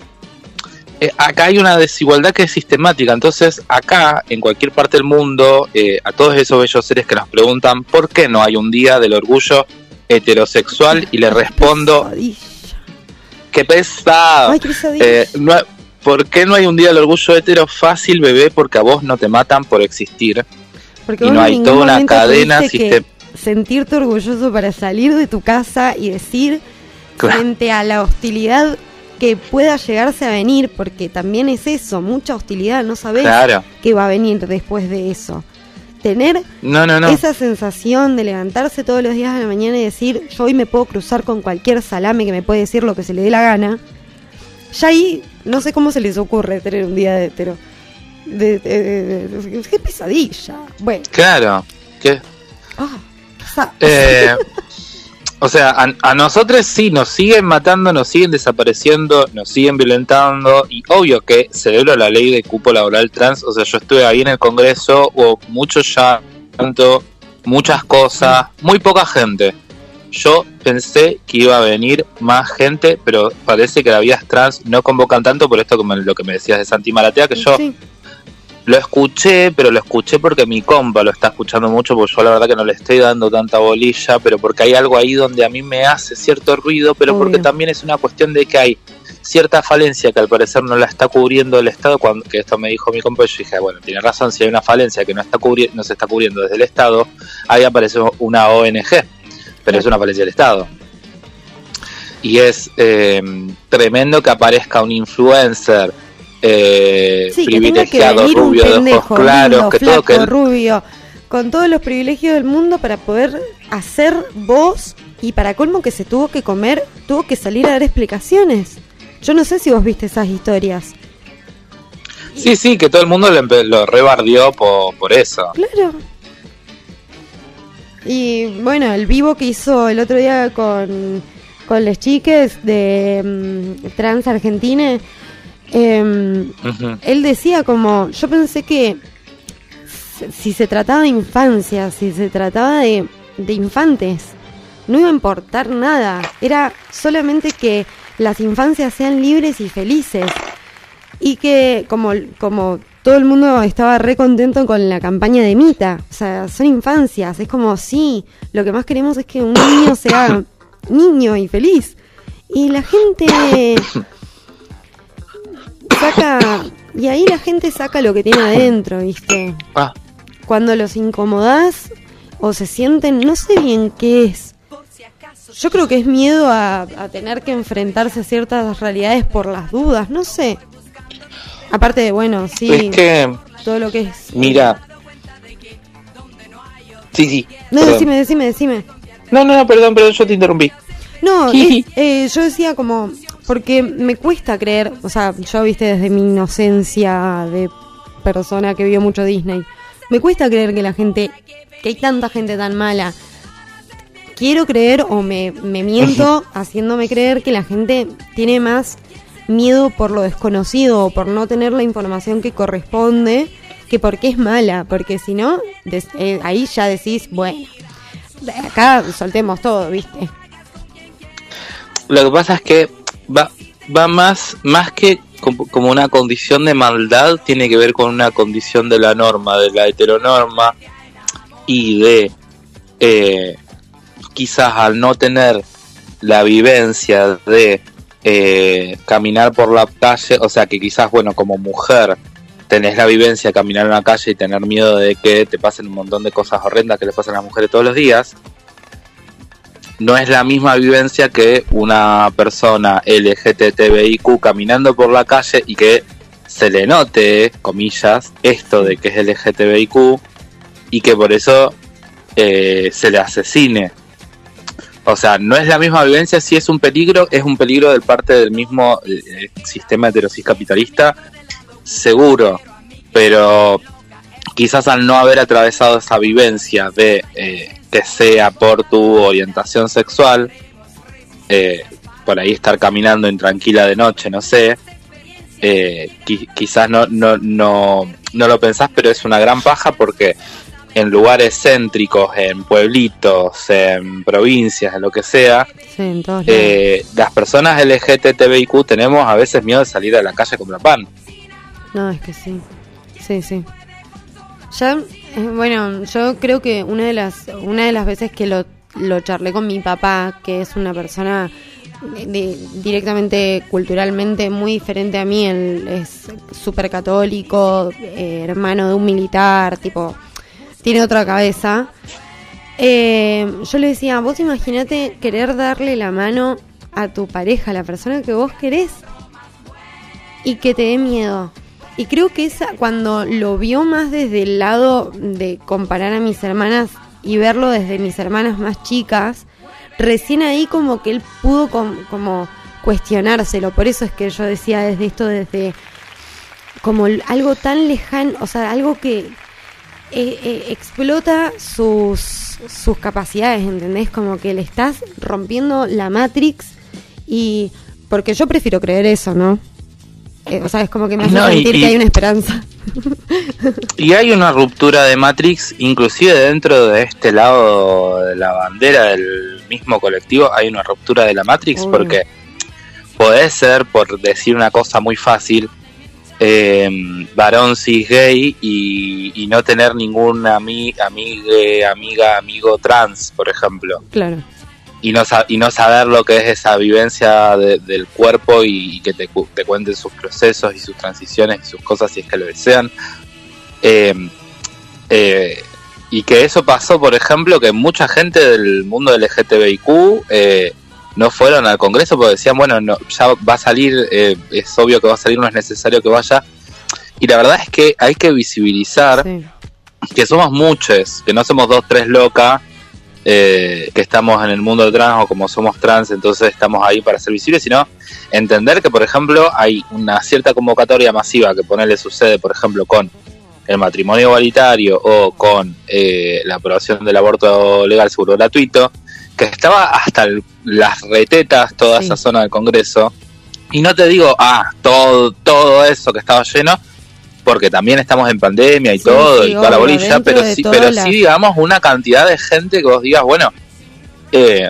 eh, acá hay una desigualdad que es sistemática, entonces acá, en cualquier parte del mundo, eh, a todos esos bellos seres que nos preguntan ¿por qué no hay un día del orgullo heterosexual? Y le respondo, Pesadilla. ¡qué pesado! Ay, qué pesadilla. Eh, no, ¿por qué no hay un día del orgullo hetero? Fácil, bebé, porque a vos no te matan por existir. Porque y vos no en hay ningún toda una momento cadena tuviste que sistem- sentirte orgulloso para salir de tu casa y decir Claro. frente a la hostilidad que pueda llegarse a venir, porque también es eso, mucha hostilidad, no sabés Claro. qué va a venir después de eso. Tener No, no, no. esa sensación de levantarse todos los días de la mañana y decir, yo hoy me puedo cruzar con cualquier salame que me puede decir lo que se le dé la gana, ya ahí no sé cómo se les ocurre tener un día de hetero. De, de- de- de- qué pesadilla. Bueno, Claro. ¿Qué? ah, qué sa- Eh, o sea, a, a nosotros sí, nos siguen matando, nos siguen desapareciendo, nos siguen violentando, y obvio que celebro la ley de cupo laboral trans. O sea, yo estuve ahí en el Congreso, hubo mucho llanto, muchas cosas, muy poca gente. Yo pensé que iba a venir más gente, pero parece que las vías trans no convocan tanto, por esto como lo que me decías de Santi Maratea, que yo Sí. lo escuché, pero lo escuché porque mi compa lo está escuchando mucho, porque yo la verdad que no le estoy dando tanta bolilla, pero porque hay algo ahí donde a mí me hace cierto ruido, pero Obvio. porque también es una cuestión de que hay cierta falencia que al parecer no la está cubriendo el Estado, cuando que esto me dijo mi compa, y yo dije, bueno, tiene razón, si hay una falencia que no está cubri- no se está cubriendo desde el Estado, ahí aparece una O N G, pero es una falencia del Estado. Y es eh, tremendo que aparezca un influencer eh, Sí, que tenga que privilegiado, venir un rubio, de pendejo, ojos claros, lindo, que flaco, todo que rubio, con todos los privilegios del mundo para poder hacer voz, y para colmo que se tuvo que comer, tuvo que salir a dar explicaciones. Yo no sé si vos viste esas historias. Sí, sí, que todo el mundo lo, lo rebardeó por, por eso. Claro. Y bueno, el vivo que hizo el otro día con, con las chiques de um, Trans Argentina, eh, uh-huh. Él decía como, yo pensé que si se trataba de infancia, si se trataba de, de infantes, no iba a importar nada. Era solamente que las infancias sean libres y felices. Y que como, como todo el mundo estaba re contento con la campaña de Mita. O sea, son infancias. Es como, sí, lo que más queremos es que un niño sea niño y feliz. Y la gente saca... Y ahí la gente saca lo que tiene adentro, ¿viste? Ah. Cuando los incomodás o se sienten... No sé bien qué es. Yo creo que es miedo a, a tener que enfrentarse a ciertas realidades por las dudas. No sé. Aparte de, bueno, sí, es que, todo lo que es... Mira. Sí, sí. No, perdón. decime, decime, decime. No, no, no, perdón, perdón, yo te interrumpí. No, es, eh, yo decía como... Porque me cuesta creer, o sea, yo, viste, desde mi inocencia de persona que vio mucho Disney, me cuesta creer que la gente, que hay tanta gente tan mala. Quiero creer, o me, me miento haciéndome creer que la gente tiene más... miedo por lo desconocido o por no tener la información que corresponde que porque es mala, porque si no des, eh, ahí ya decís, bueno, acá soltemos todo, ¿viste? Lo que pasa es que va va más más que como, como una condición de maldad, tiene que ver con una condición de la norma, de la heteronorma, y de eh, quizás al no tener la vivencia de Eh, caminar por la calle, o sea que quizás, bueno, como mujer tenés la vivencia de caminar en la calle y tener miedo de que te pasen un montón de cosas horrendas que le pasan a las mujeres todos los días. No es la misma vivencia que una persona L G B T I Q caminando por la calle y que se le note, comillas, esto de que es L G B T I Q y que por eso eh, se le asesine. O sea, no es la misma vivencia. Si es un peligro, es un peligro del parte del mismo eh, sistema heterosis capitalista, seguro, pero quizás al no haber atravesado esa vivencia de eh, que sea por tu orientación sexual, eh, por ahí estar caminando intranquila de noche, no sé, eh, qui- quizás no, no, no, no lo pensás, pero es una gran paja porque en lugares céntricos, en pueblitos, en provincias, en lo que sea, sí, en todos eh, las personas L G B T I Q tenemos a veces miedo de salir a la calle a comprar pan. No, es que sí, sí, sí. Ya, eh, bueno, yo creo que una de las una de las veces que lo, lo charlé con mi papá, que es una persona de, de, directamente, culturalmente muy diferente a mí, él es súper católico, eh, hermano de un militar, tipo... tiene otra cabeza. Eh, yo le decía, vos imaginate querer darle la mano a tu pareja, a la persona que vos querés, y que te dé miedo. Y creo que esa, cuando lo vio más desde el lado de comparar a mis hermanas y verlo desde mis hermanas más chicas, recién ahí como que él pudo com, como cuestionárselo. Por eso es que yo decía desde esto, desde como algo tan lejano, o sea, algo que... Eh, eh, explota sus sus capacidades, ¿entendés? Como que le estás rompiendo la Matrix. Y porque yo prefiero creer eso, ¿no? Eh, o sea, es como que me hace no, sentir y, que hay una esperanza. Y hay una ruptura de Matrix, inclusive dentro de este lado de la bandera del mismo colectivo hay una ruptura de la Matrix. Uy. Porque podés ser, por decir una cosa muy fácil, Eh, varón cis gay y, y no tener ningún ami, amigue, amiga, amigo trans, por ejemplo. Claro. Y no, y no saber lo que es esa vivencia de, del cuerpo y, y que te, te cuenten sus procesos y sus transiciones y sus cosas si es que lo desean. Eh, eh, y que eso pasó, por ejemplo, que mucha gente del mundo L G B T I Q eh, no fueron al Congreso porque decían, bueno, no, ya va a salir, eh, es obvio que va a salir, no es necesario que vaya. Y la verdad es que hay que visibilizar sí. que somos muchos, que no somos dos, tres locas, eh, que estamos en el mundo trans o como somos trans, entonces estamos ahí para ser visibles, sino entender que, por ejemplo, hay una cierta convocatoria masiva que ponerle sucede, por ejemplo, con el matrimonio igualitario o con eh, la aprobación del aborto legal seguro gratuito, que estaba hasta el, las retetas toda sí. esa zona del Congreso, y no te digo, ah, todo, todo eso que estaba lleno, porque también estamos en pandemia y sí, todo, sí, y toda la bolilla, pero sí, pero las... sí, digamos, una cantidad de gente que vos digas, bueno, eh,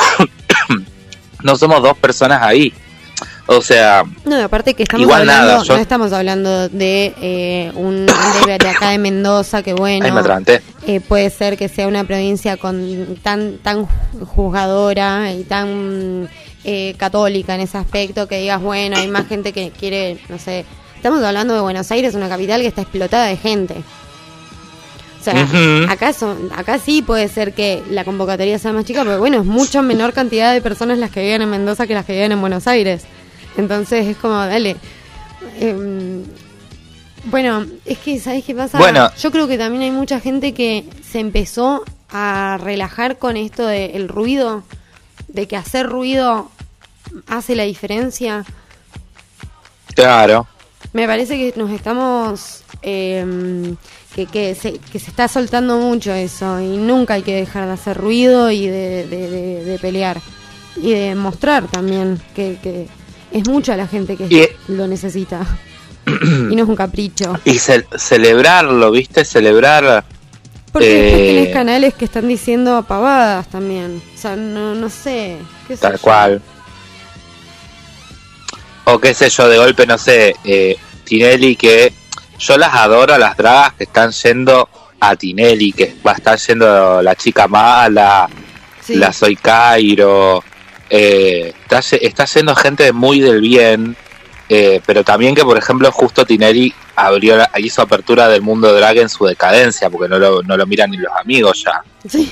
no somos dos personas ahí. O sea, no, aparte que estamos igual hablando, nada, yo... no estamos hablando de eh, un de, de acá de Mendoza, que bueno, eh, puede ser que sea una provincia con tan tan juzgadora y tan eh, católica en ese aspecto, que digas, bueno, hay más gente que quiere, no sé, estamos hablando de Buenos Aires, una capital que está explotada de gente. O sea, uh-huh. acá, son, acá sí puede ser que la convocatoria sea más chica, pero bueno, es mucho menor cantidad de personas las que viven en Mendoza que las que viven en Buenos Aires. Entonces es como, dale. Eh, bueno, es que, ¿sabes qué pasa? Bueno. Yo creo que también hay mucha gente que se empezó a relajar con esto del ruido, de que hacer ruido hace la diferencia. Claro. Me parece que nos estamos... Eh, que, que, se, que se está soltando mucho eso, y nunca hay que dejar de hacer ruido y de, de, de, de pelear. Y de mostrar también que... que es mucha la gente que y, lo necesita. Y no es un capricho. Y ce- celebrarlo, ¿viste? Celebrar... Porque eh, después tenés canales que están diciendo pavadas también. O sea, no, no sé. ¿Qué sé tal yo? Cual. O qué sé yo, de golpe, no sé, eh, Tinelli, que yo las adoro a las dragas que están yendo a Tinelli, que va a estar yendo la chica mala, sí. la Soy Cairo... Eh, está, está yendo gente muy del bien, eh, pero también que, por ejemplo, justo Tinelli abrió la, hizo apertura del mundo drag en su decadencia, porque no lo, no lo miran ni los amigos ya. Sí.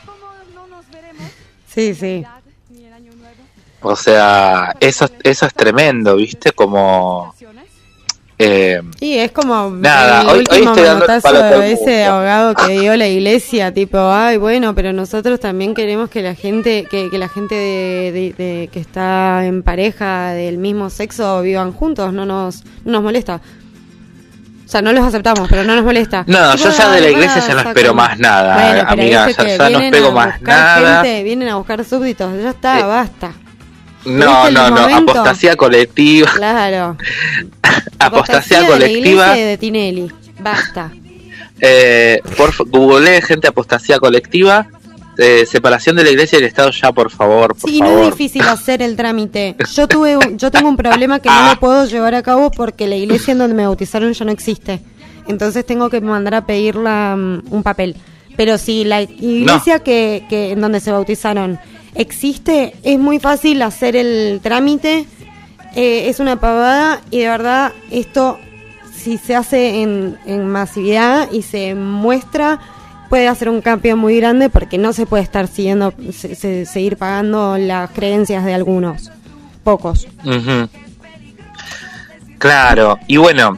Sí, sí. O sea, eso, eso es tremendo, ¿viste? Como... Eh, sí, es como nada, el hoy, último hoy manotazo de ese abogado que dio la iglesia, tipo, ay, bueno, pero nosotros también queremos que la gente, que, que la gente de, de, de, que está en pareja del mismo sexo vivan juntos, no nos, no nos molesta. O sea, no los aceptamos, pero no nos molesta. No, tipo, yo ya de la iglesia ya no espero como... más nada, bueno, amiga, ya, ya no espero más nada. Gente, vienen a buscar súbditos, ya está, eh. basta. No, no, no, momento? apostasía colectiva. Claro. apostasía, apostasía colectiva. De, de Tinelli. Basta. Eh, por Google, gente, apostasía colectiva. Eh, separación de la iglesia y el Estado ya, por favor, por sí, favor. No es difícil hacer el trámite. Yo tuve, yo tengo un problema que no lo puedo llevar a cabo porque la iglesia en donde me bautizaron ya no existe. Entonces tengo que mandar a pedir la, um, un papel. Pero si la iglesia no. que, que en donde se bautizaron existe, es muy fácil hacer el trámite, eh, es una pavada, y de verdad esto, si se hace en, en masividad y se muestra, puede hacer un cambio muy grande, porque no se puede estar siguiendo se, se, seguir pagando las creencias de algunos, pocos. Uh-huh. Claro, y bueno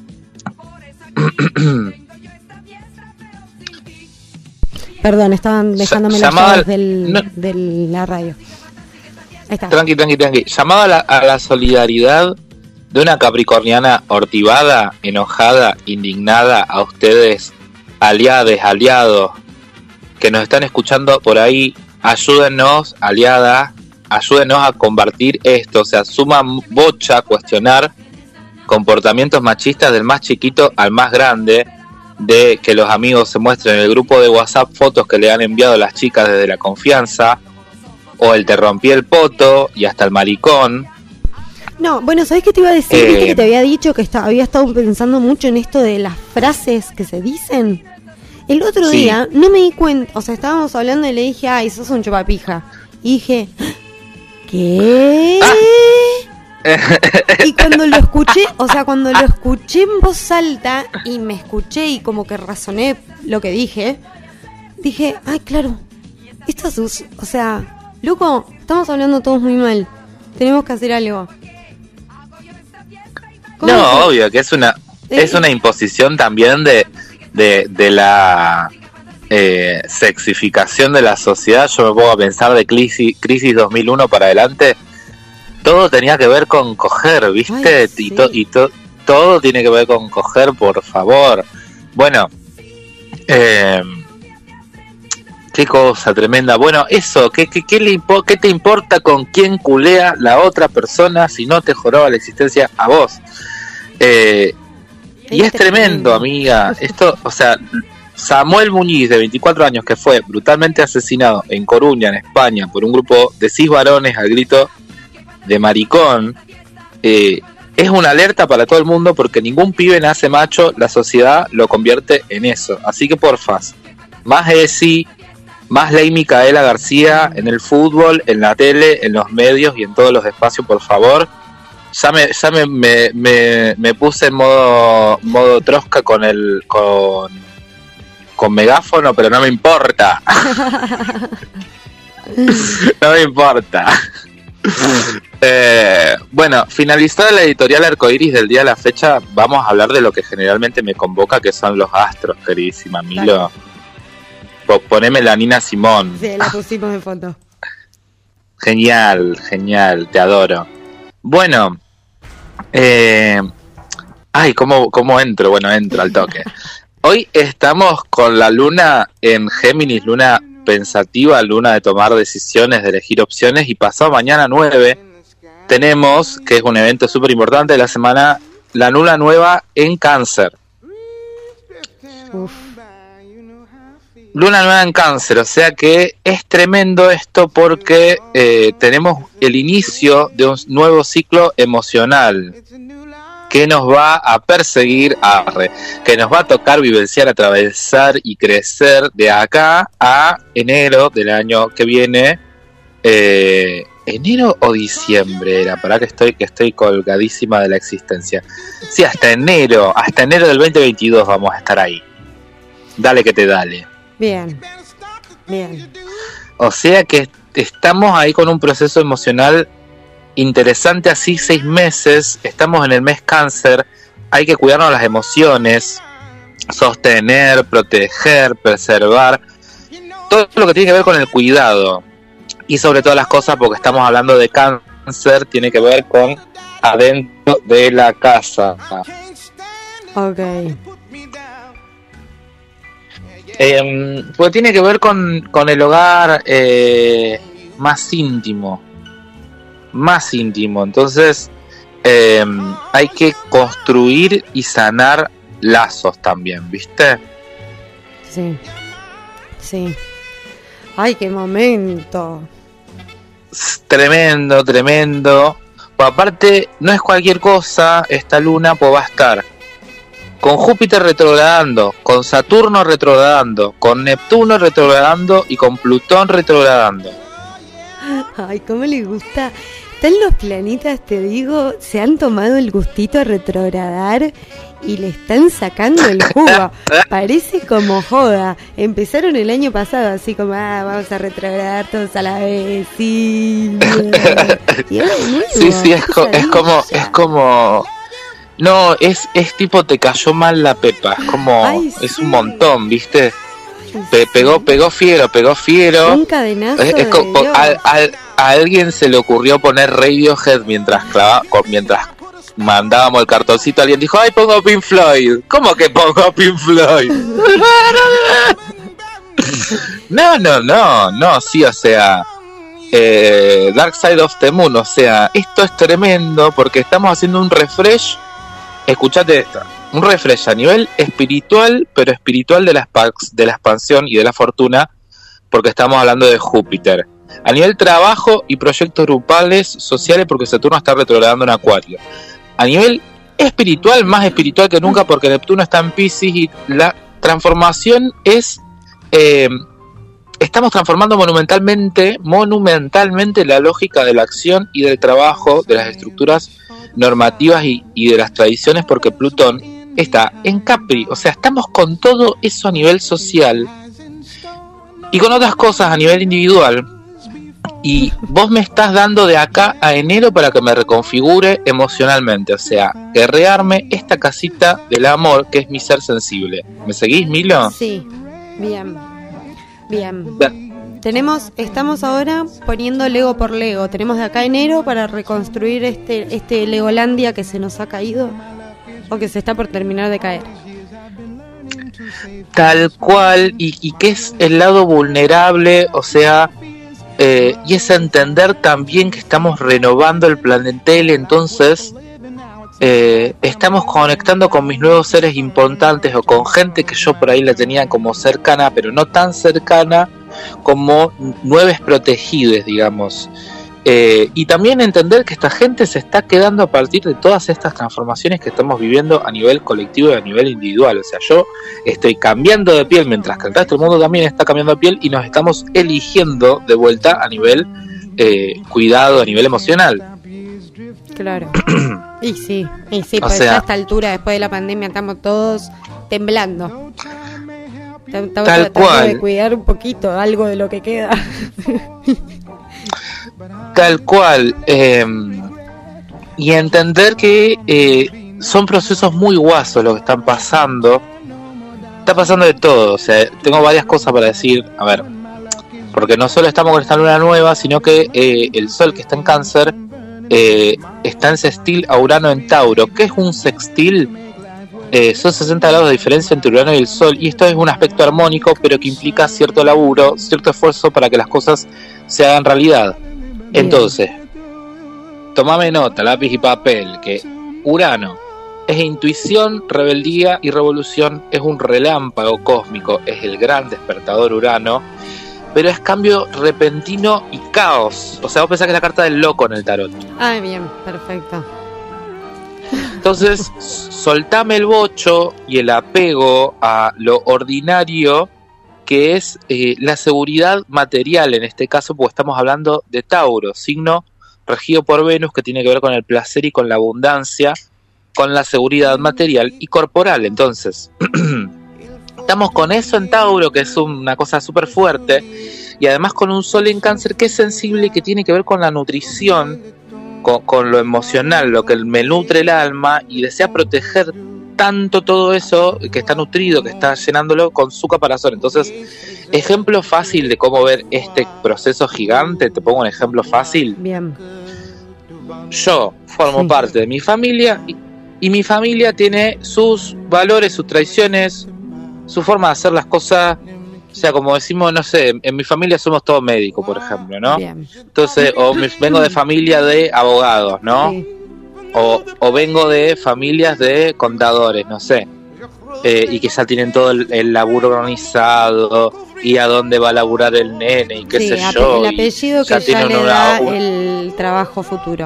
perdón, estaban dejándome las llaves del, no, de la radio. Ahí está. Tranqui, tranqui, tranqui. Llamado a la, a la solidaridad de una capricorniana hortivada, enojada, indignada, a ustedes, aliades, aliados, que nos están escuchando por ahí, ayúdennos, aliadas, ayúdenos a combatir esto. O sea, suma bocha cuestionar comportamientos machistas del más chiquito al más grande, de que los amigos se muestren en el grupo de WhatsApp fotos que le han enviado las chicas desde la confianza, o el te rompí el poto y hasta el maricón. No, bueno, ¿sabés qué te iba a decir? Eh, ¿Viste que te había dicho que está, había estado pensando mucho en esto de las frases que se dicen? El otro sí. día no me di cuenta, o sea, estábamos hablando y le dije, ay, sos un chupapija. Y dije, ¿qué? Ah. Y cuando lo escuché, o sea, cuando lo escuché en voz alta y me escuché y como que razoné lo que dije, dije, ay, claro, esto es, o sea, loco, estamos hablando todos muy mal, tenemos que hacer algo. No, obvio, que es una es una imposición también de de, de la eh, sexificación de la sociedad, yo me pongo a pensar de crisis, crisis dos mil uno para adelante, todo tenía que ver con coger, ¿viste? Ay, sí. Y, to, y to, todo tiene que ver con coger, por favor. Bueno, eh, qué cosa tremenda. Bueno, eso, ¿qué, qué, qué, le impo- ¿qué te importa con quién culea la otra persona si no te joroba la existencia a vos? Eh, y es tremendo, amiga. Esto, o sea, Samuel Muñiz, de veinticuatro años, que fue brutalmente asesinado en Coruña, en España, por un grupo de cis varones al grito de maricón, eh, es una alerta para todo el mundo, porque ningún pibe nace macho, la sociedad lo convierte en eso. Así que porfas, más Esi, más Ley Micaela García en el fútbol, en la tele, en los medios y en todos los espacios, por favor. Ya me, ya me, me, me, me puse en modo, modo trosca con el con, con megáfono, pero no me importa. No me importa. Eh, bueno, finalizada la editorial arcoiris del día de la fecha, vamos a hablar de lo que generalmente me convoca, que son los astros, queridísima Milo. Po- poneme la Nina Simón. Sí, la pusimos de fondo. Genial, genial, te adoro. Bueno, eh, ay, ¿cómo, cómo entro? Bueno, entro al toque. Hoy estamos con la luna en Géminis, luna pensativa, luna de tomar decisiones, de elegir opciones, y pasado mañana nueve tenemos, que es un evento súper importante de la semana, la luna nueva en Cáncer. Uf. Luna nueva en Cáncer, o sea que es tremendo esto, porque eh, tenemos el inicio de un nuevo ciclo emocional que nos va a perseguir, arre, que nos va a tocar vivenciar, atravesar y crecer de acá a enero del año que viene. Eh, enero o diciembre era, para que estoy que estoy colgadísima de la existencia. Sí, hasta enero, hasta enero del veinte veintidós vamos a estar ahí. Dale que te dale. Bien, bien. O sea que estamos ahí con un proceso emocional interesante, así seis meses, estamos en el mes Cáncer, hay que cuidarnos las emociones, sostener, proteger, preservar, todo lo que tiene que ver con el cuidado, y sobre todas las cosas, porque estamos hablando de Cáncer, tiene que ver con adentro de la casa. Ok. Eh, pues tiene que ver con, con el hogar eh, más íntimo, más íntimo. Entonces eh, hay que construir y sanar lazos también, ¿viste? Sí, sí. Ay, qué momento. Tremendo, tremendo. Pues aparte, no es cualquier cosa esta luna, pues va a estar con Júpiter retrogradando, con Saturno retrogradando, con Neptuno retrogradando y con Plutón retrogradando. Ay, cómo le gusta. Están los planetas, te digo, se han tomado el gustito a retrogradar y le están sacando el jugo. Parece como joda. Empezaron el año pasado así como, ah, vamos a retrogradar todos a la vez. Sí, y ahora de nuevo, sí, sí, es, co- es como, ya. es como, no, es, es tipo te cayó mal la pepa, es como, Ay, es sí. un montón, ¿viste? Ay, Pe- sí. pegó, pegó fiero, pegó fiero. Un cadenazo Es, es de como, Dios. a, a- a alguien se le ocurrió poner Radiohead mientras clava, co- mientras mandábamos el cartoncito. Alguien dijo, ay, pongo Pink Floyd. ¿Cómo que pongo Pink Floyd? No, no, no, no, sí, o sea, eh, Dark Side of the Moon, o sea, esto es tremendo porque estamos haciendo un refresh. Escuchate esto, un refresh a nivel espiritual, pero espiritual de la, expa- de la expansión y de la fortuna, porque estamos hablando de Júpiter. A nivel trabajo y proyectos grupales, sociales, porque Saturno está retrogradando en Acuario. A nivel espiritual, más espiritual que nunca, porque Neptuno está en Piscis y la transformación es... Eh, estamos transformando monumentalmente, monumentalmente la lógica de la acción y del trabajo, de las estructuras normativas y, y de las tradiciones, porque Plutón está en Capri. O sea, estamos con todo eso a nivel social y con otras cosas a nivel individual, Y vos me estás dando de acá a enero para que me reconfigure emocionalmente, o sea, guerrearme esta casita del amor que es mi ser sensible. ¿Me seguís, Milo? Sí, bien, bien. bien. Tenemos, estamos ahora poniendo Lego por Lego. Tenemos de acá a enero para reconstruir este, este Legolandia que se nos ha caído o que se está por terminar de caer. Tal cual, y, y que es el lado vulnerable, o sea... Eh, y es entender también que estamos renovando el plantel, entonces eh, estamos conectando con mis nuevos seres importantes o con gente que yo por ahí la tenía como cercana, pero no tan cercana como nuevos protegidos, digamos. Eh, y también entender que esta gente se está quedando a partir de todas estas transformaciones que estamos viviendo a nivel colectivo y a nivel individual. O sea, yo estoy cambiando de piel mientras que el resto del mundo también está cambiando de piel y nos estamos eligiendo de vuelta a nivel eh, cuidado, a nivel emocional. Claro. y sí, y sí, o pues sea, a esta altura, después de la pandemia, estamos todos temblando. Estamos tal tratando cual. de cuidar un poquito, algo de lo que queda. Tal cual, eh, y entender que eh, son procesos muy guasos lo que están pasando. Está pasando de todo, o sea, tengo varias cosas para decir. A ver, porque no solo estamos con esta luna nueva, sino que eh, el sol que está en Cáncer eh, está en sextil a Urano en Tauro. ¿Qué es un sextil? Eh, son sesenta grados de diferencia entre Urano y el Sol, y esto es un aspecto armónico, pero que implica cierto laburo, cierto esfuerzo para que las cosas se hagan realidad. Bien. Entonces, tomame nota, lápiz y papel, que Urano es intuición, rebeldía y revolución, es un relámpago cósmico, es el gran despertador Urano, pero es cambio repentino y caos. O sea, vos pensás que es la carta del loco en el tarot. Ah, bien, perfecto. Entonces, soltame el bocho y el apego a lo ordinario, que es eh, la seguridad material en este caso, porque estamos hablando de Tauro, signo regido por Venus, que tiene que ver con el placer y con la abundancia, con la seguridad material y corporal. Entonces, estamos con eso en Tauro, que es una cosa súper fuerte, y además con un sol en Cáncer que es sensible y que tiene que ver con la nutrición, con, con lo emocional, lo que me nutre el alma, y desea proteger tanto todo eso que está nutrido, que está llenándolo con su caparazón. Entonces, ejemplo fácil de cómo ver este proceso gigante, te pongo un ejemplo fácil. Bien. Yo formo sí. parte de mi familia y, y mi familia tiene sus valores, sus tradiciones, su forma de hacer las cosas. O sea, como decimos, no sé, en mi familia somos todos médicos, por ejemplo, ¿no? Bien. Entonces, o me, vengo de familia de abogados, ¿no? Sí. O, o vengo de familias de contadores, no sé, eh, y que ya tienen todo el, el laburo organizado y a dónde va a laburar el nene y qué sí, sé ape- yo. El apellido que ya le da un, el trabajo futuro.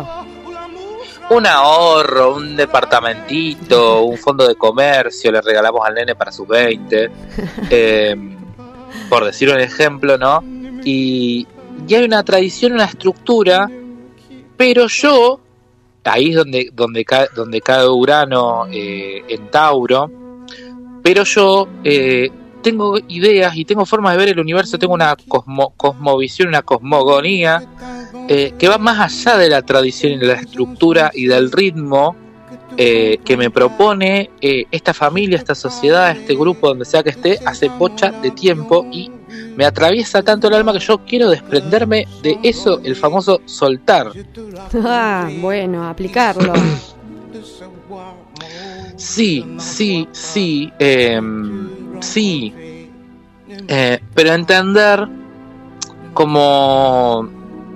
Un ahorro, un departamentito, un fondo de comercio, le regalamos al nene para sus veinte, eh, por decir un ejemplo, ¿no? Y, y hay una tradición, una estructura, pero yo... Ahí es donde, donde, cae, donde cae Urano eh, en Tauro, pero yo eh, tengo ideas y tengo formas de ver el universo, tengo una cosmo, cosmovisión, una cosmogonía eh, que va más allá de la tradición y de la estructura y del ritmo eh, que me propone eh, esta familia, esta sociedad, este grupo, donde sea que esté, hace bocha de tiempo, y me atraviesa tanto el alma que yo quiero desprenderme de eso, el famoso soltar. Ah, bueno, aplicarlo. Sí, sí, sí, eh, sí, eh, pero entender como,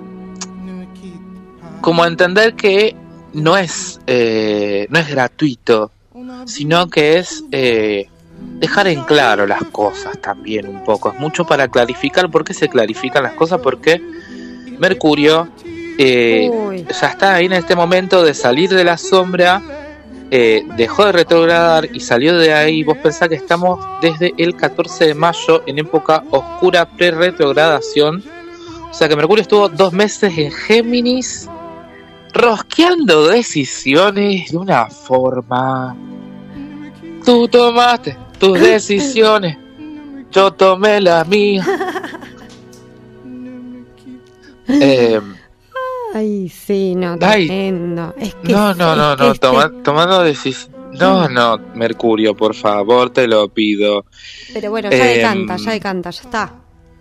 como entender que no es, eh, no es gratuito, sino que es eh, dejar en claro las cosas también un poco. Es mucho para clarificar. ¿Por qué se clarifican las cosas? Porque Mercurio eh, ya está ahí en este momento de salir de la sombra, eh, dejó de retrogradar y salió de ahí. Vos pensás que estamos desde el catorce de mayo en época oscura pre-retrogradación. O sea que Mercurio estuvo dos meses en Géminis, rosqueando decisiones de una forma. Tú tomaste tus decisiones, yo tomé las mías. Eh, Ay, sí, no, ay, tremendo. Es que no, no, es no, que no, este- toma, tomando decisiones. No, no, Mercurio, por favor, te lo pido. Pero bueno, ya Eh, decanta, ya decanta, ya está.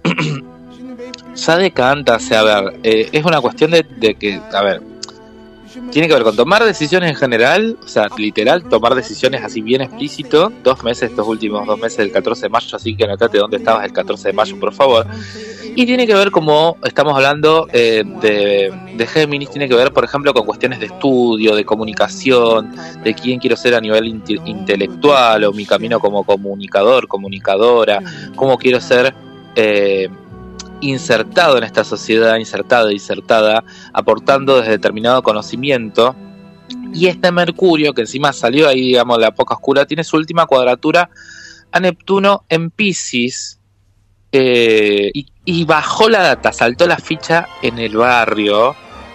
Ya decanta, o sea, a ver, eh, es una cuestión de, de que, a ver, tiene que ver con tomar decisiones en general, o sea, literal, tomar decisiones así bien explícito, dos meses, estos últimos dos meses del catorce de mayo, así que anotate dónde estabas el catorce de mayo, por favor. Y tiene que ver, como estamos hablando eh, de, de Géminis, tiene que ver, por ejemplo, con cuestiones de estudio, de comunicación, de quién quiero ser a nivel inte- intelectual, o mi camino como comunicador, comunicadora, cómo quiero ser... Eh, insertado en esta sociedad, insertada, insertada, aportando desde determinado conocimiento. Y este Mercurio, que encima salió ahí, digamos, la época oscura, tiene su última cuadratura a Neptuno en Piscis, eh, y, y bajó la data, saltó la ficha en el barrio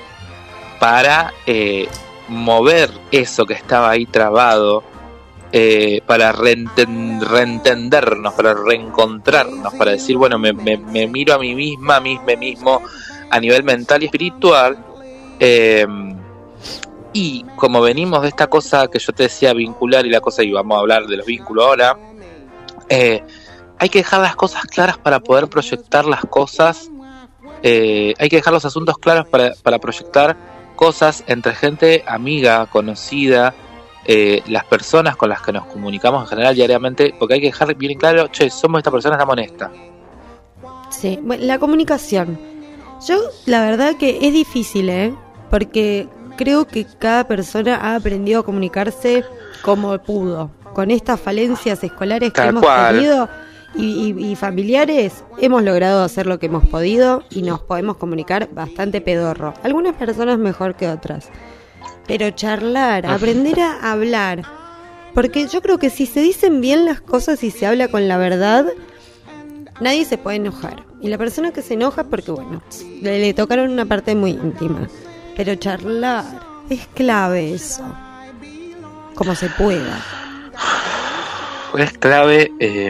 para eh, mover eso que estaba ahí trabado, Eh, para reenten- reentendernos, para reencontrarnos, para decir, bueno, me, me, me miro a mí misma, a mí me mismo a nivel mental y espiritual, eh, y como venimos de esta cosa que yo te decía vincular y la cosa, y vamos a hablar de los vínculos ahora, eh, hay que dejar las cosas claras para poder proyectar las cosas, eh, hay que dejar los asuntos claros para, para proyectar cosas entre gente amiga, conocida, Eh, las personas con las que nos comunicamos en general diariamente, porque hay que dejar bien claro, che, somos esta persona, estamos en esta. Sí, bueno, la comunicación. Yo, la verdad que es difícil, ¿eh? Porque creo que cada persona ha aprendido a comunicarse como pudo. Con estas falencias escolares que Tal hemos cual. tenido y, y, y familiares, hemos logrado hacer lo que hemos podido y nos podemos comunicar bastante pedorro. Algunas personas mejor que otras. Pero charlar, aprender a hablar. Porque yo creo que si se dicen bien las cosas y se habla con la verdad, nadie se puede enojar. Y la persona que se enoja es porque, bueno, le, le tocaron una parte muy íntima. Pero charlar es clave eso. Como se pueda. Es clave eh,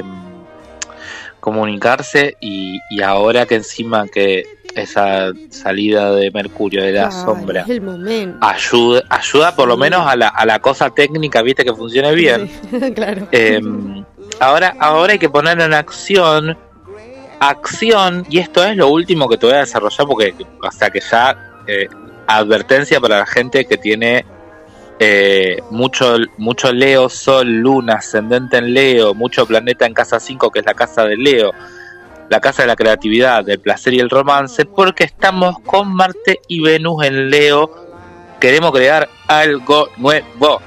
comunicarse, y, y ahora que encima que esa salida de Mercurio de la Claro, sombra es el momento. ayuda, ayuda por lo Sí. menos a la, a la cosa técnica, viste, que funcione bien. Sí, claro. Eh, ahora, ahora hay que poner en acción, acción, y esto es lo último que te voy a desarrollar, porque hasta que ya eh, advertencia para la gente que tiene eh, mucho, mucho Leo, Sol, Luna, ascendente en Leo, mucho planeta en casa cinco, que es la casa de Leo, la casa de la creatividad, del placer y el romance, porque estamos con Marte y Venus en Leo. Queremos crear algo nuevo.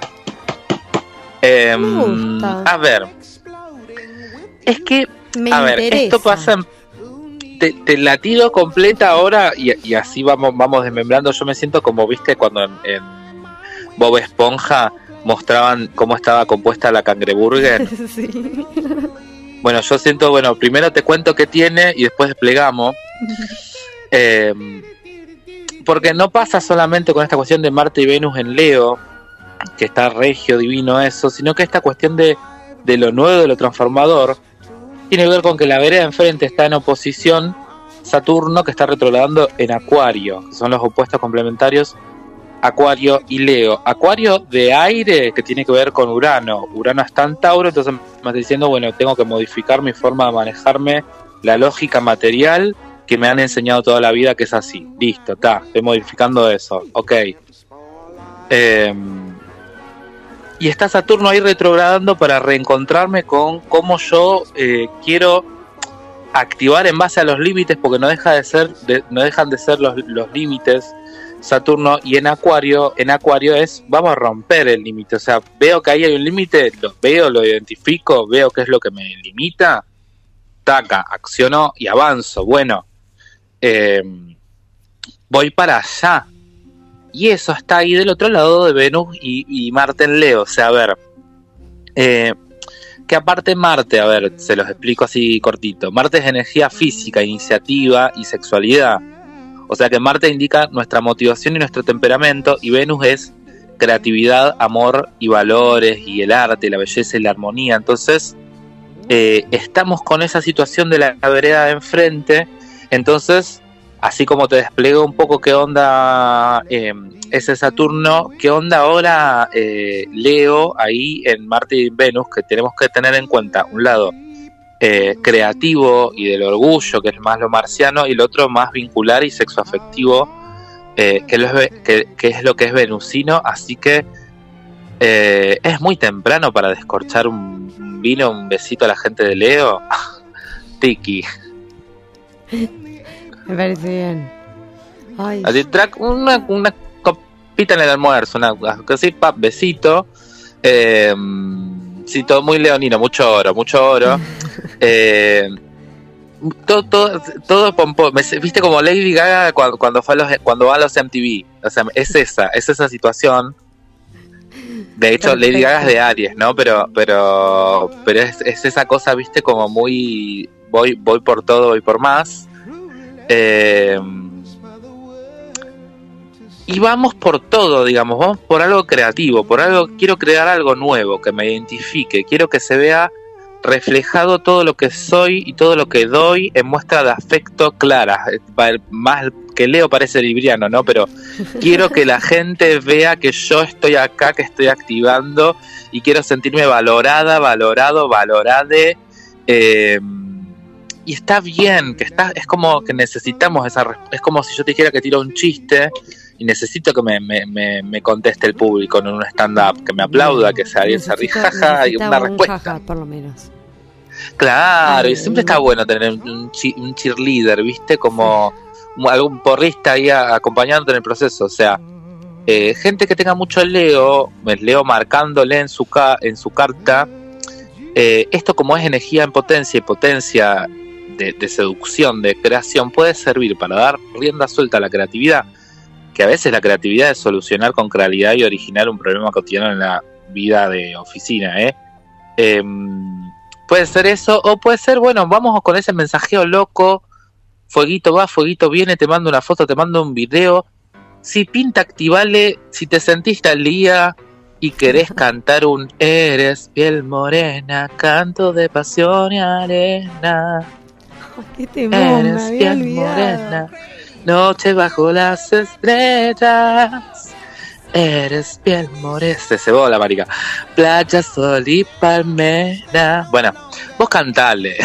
Eh, Me gusta. a ver, es que, Me a ver, interesa. esto pasa en, te, te la tiro completa ahora, y, y así vamos, vamos desmembrando. Yo me siento como, viste, cuando en, en Bob Esponja mostraban cómo estaba compuesta la cangreburger. Sí. Bueno, yo siento, bueno, primero te cuento qué tiene y después desplegamos. Eh, porque no pasa solamente con esta cuestión de Marte y Venus en Leo, que está regio, divino eso, sino que esta cuestión de, de lo nuevo, de lo transformador, tiene que ver con que la vereda enfrente está en oposición Saturno, que está retrogradando en Acuario, que son los opuestos complementarios, Acuario y Leo. Acuario de aire, que tiene que ver con Urano. Urano está en Tauro, entonces me está diciendo, bueno, tengo que modificar mi forma de manejarme, la lógica material que me han enseñado toda la vida que es así. Listo, está, estoy modificando eso, ok. Eh, y está Saturno ahí retrogradando para reencontrarme con cómo yo eh, quiero activar en base a los límites, porque no deja de ser, de, no dejan de ser los, los límites Saturno. Y en Acuario, en Acuario es, vamos a romper el límite, o sea, veo que ahí hay un límite, lo veo, lo identifico, veo qué es lo que me limita, taca, acciono y avanzo, bueno, eh, voy para allá. Y eso está ahí del otro lado de Venus y, y Marte en Leo, o sea, a ver, eh, que aparte Marte, a ver, se los explico así cortito, Marte es energía física, iniciativa y sexualidad. O sea que Marte indica nuestra motivación y nuestro temperamento, y Venus es creatividad, amor y valores, y el arte, la belleza y la armonía. Entonces, eh, estamos con esa situación de la vereda de enfrente. Entonces, así como te despliego un poco qué onda eh, ese Saturno, qué onda ahora eh, Leo ahí en Marte y Venus, que tenemos que tener en cuenta un lado eh, creativo y del orgullo, que es más lo marciano, y el otro más vincular y sexoafectivo, eh, que, lo es, que, que es lo que es venusino, así que eh, es muy temprano para descorchar un vino, un besito a la gente de Leo. Tiki. Me parece bien. Ay. Así, track una, una copita en el almuerzo, una así, pap, besito. Eh, sí, todo muy leonino, mucho oro, mucho oro. eh, todo, todo, todo pompo, viste como Lady Gaga cuando, cuando, fue a los, cuando va a los M T V. O sea, es esa, es esa situación. De hecho, perfecto. Lady Gaga es de Aries, ¿no? Pero, pero, pero es, es esa cosa, viste, como muy voy, voy por todo, voy por más. Eh, y vamos por todo, digamos, vamos por algo creativo, por algo, quiero crear algo nuevo que me identifique, quiero que se vea reflejado todo lo que soy y todo lo que doy en muestra de afecto clara. Más que Leo parece libriano, ¿no? Pero quiero que la gente vea que yo estoy acá, que estoy activando, y quiero sentirme valorada, valorado, valorade. Eh, y está bien, que está, es como que necesitamos esa, es como si yo te dijera que tiro un chiste y necesito que me, me, me, me conteste el público en un stand-up, que me aplauda, que se alguien se ríe, jaja, y una respuesta. Jaja, por lo menos. Claro, Ay, y siempre está bueno tener un, un cheerleader, ¿viste? Como algún porrista ahí acompañándote en el proceso. O sea, eh, gente que tenga mucho Leo, Leo marcándole en su, ca- en su carta, eh, esto como es energía en potencia y potencia de, de seducción, de creación, puede servir para dar rienda suelta a la creatividad, que a veces la creatividad es solucionar con claridad y original un problema cotidiano en la vida de oficina, ¿eh? Eh, puede ser eso, o puede ser, bueno, vamos con ese mensajeo loco, fueguito va, fueguito viene, te mando una foto, te mando un video. Si pinta, activale. Si te sentiste al día y querés cantar un eres piel morena, canto de pasión y arena. ¿Qué temón? Eres piel morena, noche bajo las estrellas. Eres piel morena. Se cebó la marica. Playa, sol y palmera. Bueno, vos cantale.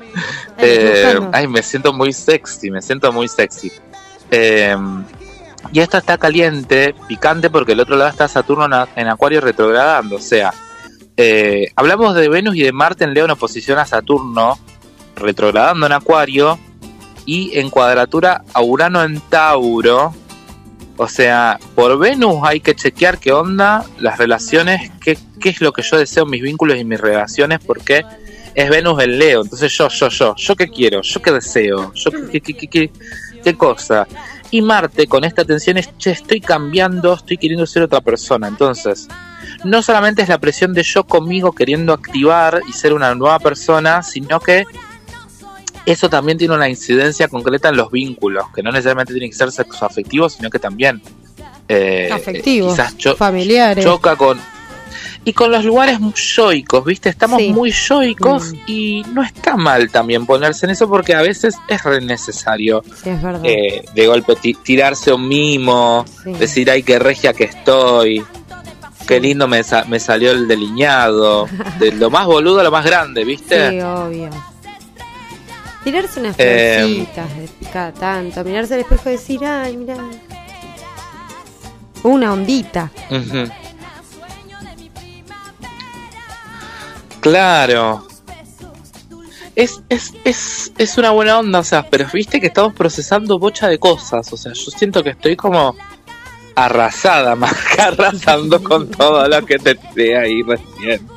Eh, ay, me siento muy sexy, me siento muy sexy. Eh, y esto está caliente, picante, porque el otro lado está Saturno en Acuario retrogradando. O sea, eh, hablamos de Venus y de Marte en Leo en oposición a Saturno, retrogradando en Acuario, y en cuadratura a Urano en Tauro. O sea, por Venus hay que chequear qué onda, las relaciones, qué, qué es lo que yo deseo en mis vínculos y mis relaciones, porque es Venus en Leo. Entonces yo, yo, yo, yo qué quiero, yo qué deseo, yo qué, qué, qué, qué, qué cosa. Y Marte con esta tensión es, che, estoy cambiando, estoy queriendo ser otra persona. Entonces, no solamente es la presión de yo conmigo queriendo activar y ser una nueva persona, sino que eso también tiene una incidencia concreta en los vínculos, que no necesariamente tienen que ser sexoafectivos, sino que también eh, afectivos, quizás cho- familiares. Choca con... Y con los lugares yoicos, ¿viste? Estamos sí. muy yoicos mm. y no está mal también ponerse en eso, porque a veces es re necesario. Sí, es verdad. Eh, de golpe t- tirarse un mimo, sí. decir, ay, qué regia que estoy, sí. qué lindo me, sa- me salió el delineado. De lo más boludo a lo más grande, ¿viste? Sí, obvio. Tirarse unas florcitas eh, cada tanto, mirarse al espejo y decir, ay, mira, una ondita. Uh-huh. Claro. Es, es, es, es una buena onda, o sea, pero viste que estamos procesando bocha de cosas, o sea, yo siento que estoy como arrasada, más que arrasando con todo lo que te tiré ahí recién.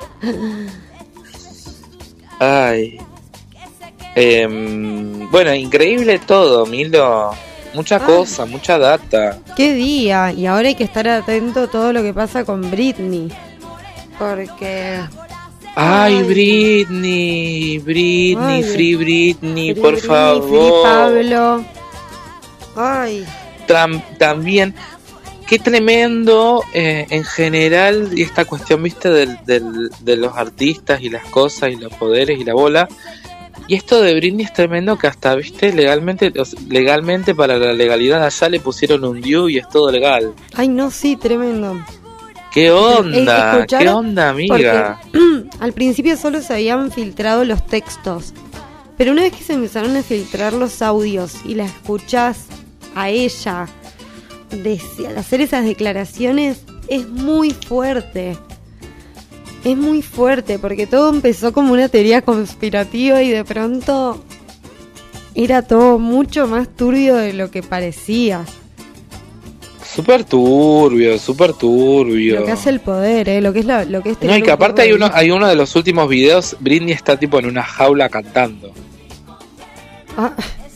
Ay. Eh, bueno, increíble todo, Milo. Mucha Ay. cosa, mucha data. Qué día, y ahora hay que estar atento a todo lo que pasa con Britney. Porque... Ay, Ay. Britney, Britney, Ay. Free Britney, free por Britney, favor. Free Pablo. Ay. Tam, también, qué tremendo eh, en general, y esta cuestión, viste, del, del, de los artistas y las cosas y los poderes y la bola. Y esto de Britney es tremendo, que hasta, viste, legalmente o sea, legalmente para la legalidad allá le pusieron un D U y es todo legal. Ay, no, sí, tremendo. ¿Qué onda? Escuchar, ¿Qué onda, amiga? Porque, al principio solo se habían filtrado los textos, pero una vez que se empezaron a filtrar los audios y la escuchás a ella de, al hacer esas declaraciones, es muy fuerte. Es muy fuerte porque todo empezó como una teoría conspirativa y de pronto era todo mucho más turbio de lo que parecía. Súper turbio, súper turbio. Lo que hace el poder, ¿eh? Lo que es, la, lo que es No, y que aparte hay uno, hay uno de los últimos videos, Britney está tipo en una jaula cantando. Ah,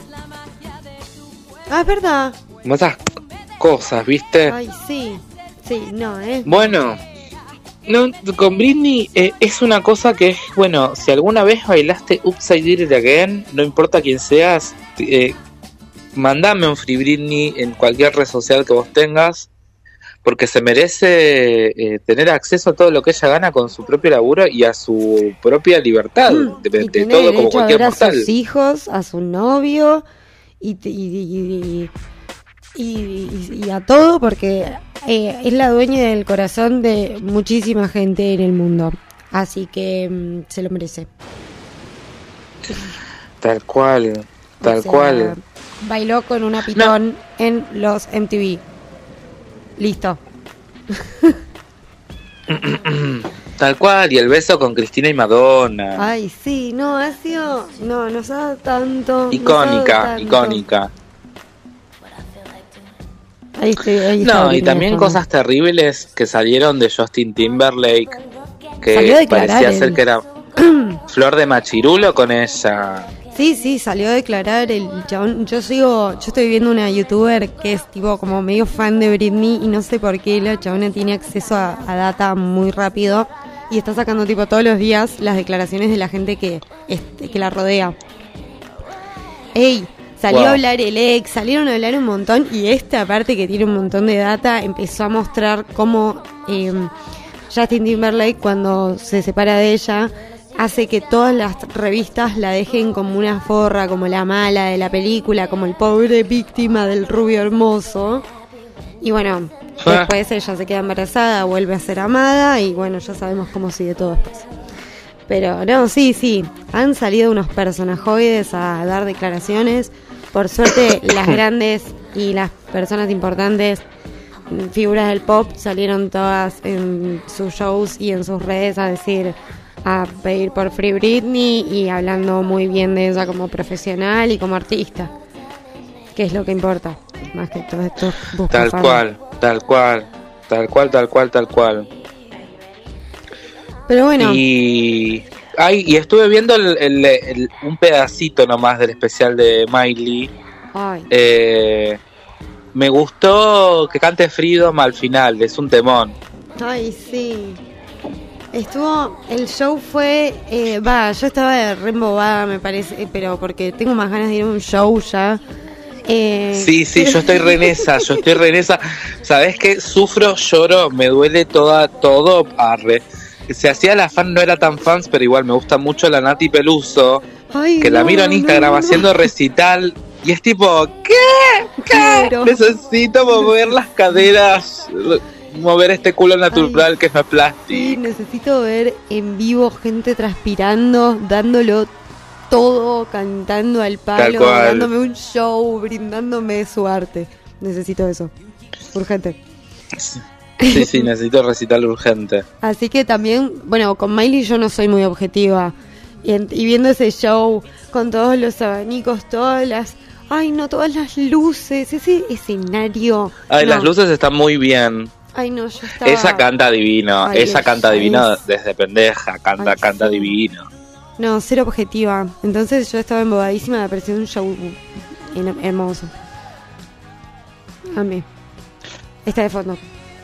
ah es verdad. Como esas cosas, ¿viste? Ay, sí. Sí, no, ¿eh? Bueno, no, con Britney eh, es una cosa que es, bueno, si alguna vez bailaste Upside It Again, no importa quién seas, eh, mandame un Free Britney en cualquier red social que vos tengas, porque se merece eh, tener acceso a todo lo que ella gana con su propio laburo y a su propia libertad, mm, de, de, de todo como cualquier a ver mortal. A sus hijos, a su novio y, y, y, y, y, y a todo, porque eh, es la dueña del corazón de muchísima gente en el mundo, así que mm, se lo merece. Tal cual, tal o sea, cual. Bailó con una pitón no. en los M T V. Listo. Tal cual, y el beso con Cristina y Madonna. Ay, sí, no, ha sido... No, nos ha dado tanto... Icónica, tanto. icónica. Ahí estoy, ahí no, y también cosas terribles que salieron de Justin Timberlake, que parecía él. ser que era flor de machirulo con ella. Sí, sí, salió a declarar el chabón. Yo sigo, yo estoy viendo una youtuber que es tipo como medio fan de Britney y no sé por qué la chabona tiene acceso a, a data muy rápido y está sacando tipo todos los días las declaraciones de la gente que, este, que la rodea. Ey, salió wow. a hablar el ex, salieron a hablar un montón y esta parte que tiene un montón de data empezó a mostrar cómo eh, Justin Timberlake cuando se separa de ella hace que todas las revistas la dejen como una forra, como la mala de la película, como el pobre víctima del rubio hermoso. Y bueno, ah. después ella se queda embarazada, vuelve a ser amada y bueno, ya sabemos cómo sigue todo después. Pero no, sí, sí, han salido unos personajoides a dar declaraciones. Por suerte las grandes y las personas importantes, figuras del pop, salieron todas en sus shows y en sus redes a decir... a pedir por Free Britney y hablando muy bien de ella como profesional y como artista, que es lo que importa, más que todo esto. Tal fama. cual, tal cual, tal cual, tal cual, tal cual. Pero bueno. Y, ay, y estuve viendo el, el, el, un pedacito nomás del especial de Miley. Ay. Eh, me gustó que cante Freedom al final, es un temón. Ay, sí. Estuvo, el show fue, va, eh, yo estaba re embobada me parece, pero porque tengo más ganas de ir a un show ya. Eh, sí, sí, yo estoy re en esa, yo estoy re en esa. ¿Sabés qué? Sufro, lloro, me duele toda, todo. Arre. Se hacía la fan, no era tan fans, pero igual me gusta mucho la Nati Peluso. Ay, que no, la miro en Instagram no, no. haciendo recital. Y es tipo, ¿qué? ¿Qué? Pero... necesito mover las caderas, mover este culo natural. Ay, que es más plástico. Sí, necesito ver en vivo gente transpirando, dándolo todo, cantando al palo, dándome un show, brindándome su arte. Necesito eso, urgente. Sí, sí, necesito recital urgente. Así que también, bueno, con Miley yo no soy muy objetiva. Y, en, y viendo ese show con todos los abanicos, todas las... Ay, no, todas las luces, ese escenario. Ay, no. Las luces están muy bien. Ay, no, yo estaba... Ella canta divino, Ay, ella canta ay, divino es... desde pendeja, canta, Ay, canta sí. divino. No, cero objetiva. Entonces yo estaba embobadísima, me pareció un show hermoso. Amé. Está de fondo.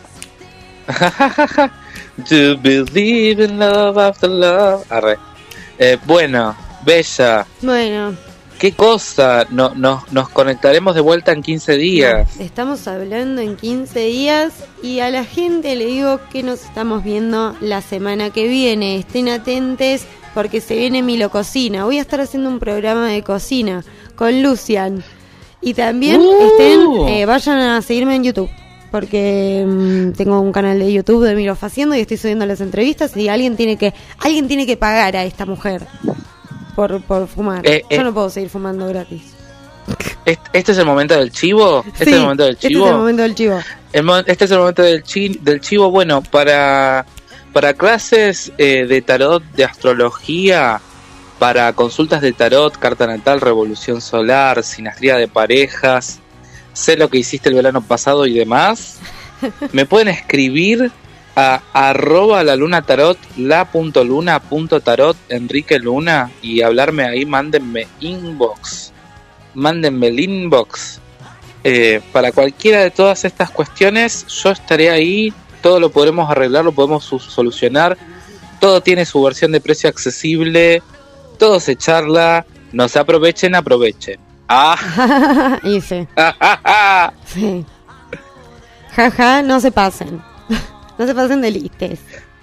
To believe in love after love. Arre. Eh, bueno, bella. Bueno, ¿Qué cosa? No, no, nos conectaremos de vuelta en quince días. No, estamos hablando en quince días y a la gente le digo que nos estamos viendo la semana que viene. Estén atentes porque se viene Milo Cocina. Voy a estar haciendo un programa de cocina con Lucian. Y también uh. estén, eh, vayan a seguirme en YouTube. Porque mmm, tengo un canal de YouTube de Milo Faciendo y estoy subiendo las entrevistas y alguien tiene que, alguien tiene que pagar a esta mujer. Por, por fumar. Eh, eh, Yo no puedo seguir fumando gratis. ¿Este es el momento del chivo? ¿Este sí, es el momento del chivo? Este es el momento del chivo. El mo- este es el momento del, chi- del chivo. Bueno, para, para clases eh, de tarot, de astrología, para consultas de tarot, carta natal, revolución solar, sinastría de parejas, sé lo que hiciste el verano pasado y demás, me pueden escribir a arroba la luna tarot, la punto luna punto tarot, Enrique Luna, y hablarme ahí, mándenme inbox, mándenme el inbox, eh, para cualquiera de todas estas cuestiones, yo estaré ahí, todo lo podremos arreglar, lo podemos su- solucionar, todo tiene su versión de precio accesible, todo se charla, no se aprovechen, aprovechen. Ah, y sí. sí. Jaja, no se pasen. No se pasen de listes.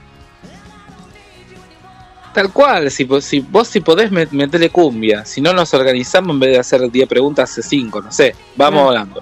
Tal cual, si, si vos si podés meterle cumbia, si no nos organizamos en vez de hacer diez preguntas, hace cinco, no sé, vamos no. hablando.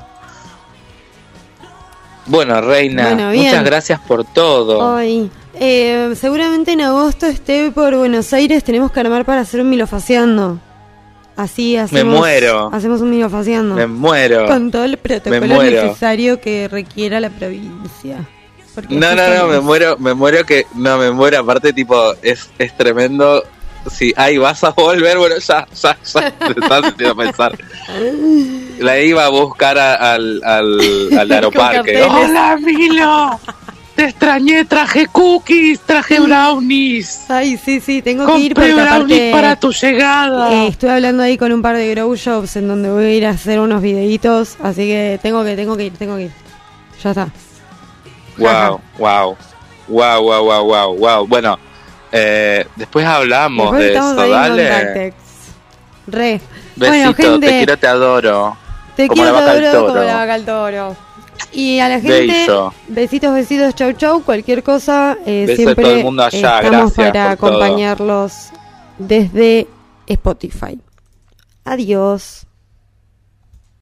Bueno, Reina, bueno, muchas gracias por todo. Hoy, eh, seguramente en agosto esté por Buenos Aires, tenemos que armar para hacer un milofaciando. Así hacemos, me muero. hacemos un milofaciando. Me muero. Con todo el protocolo necesario que requiera la provincia. Porque no, no, no, me muero, me muero que, no, me muero, aparte tipo, es, es tremendo, si, ay, vas a volver, bueno, ya, ya, ya, te estás haciendo pensar. La iba a buscar a, al, al, al aeroparque. ¡Hola, Milo! Te extrañé, traje cookies, traje brownies. Ay, sí, sí, tengo Compré que ir porque brownies aparte, para tu llegada. Eh, estoy hablando ahí con un par de grow shops en donde voy a ir a hacer unos videitos, así que tengo que, tengo que ir, tengo que ir. Ya está. Wow, wow, wow, wow, wow, wow, wow. Bueno, eh, después hablamos después de eso, dale. Re. Besito, bueno, gente, te quiero, te adoro. Te como quiero, la vaca te adoro, al toro. como la vaca al toro. Y a la gente, Beso. besitos, besitos, chau, chau. Cualquier cosa, eh, Beso siempre a todo el mundo allá. estamos Gracias para por acompañarlos todo. desde Spotify. Adiós.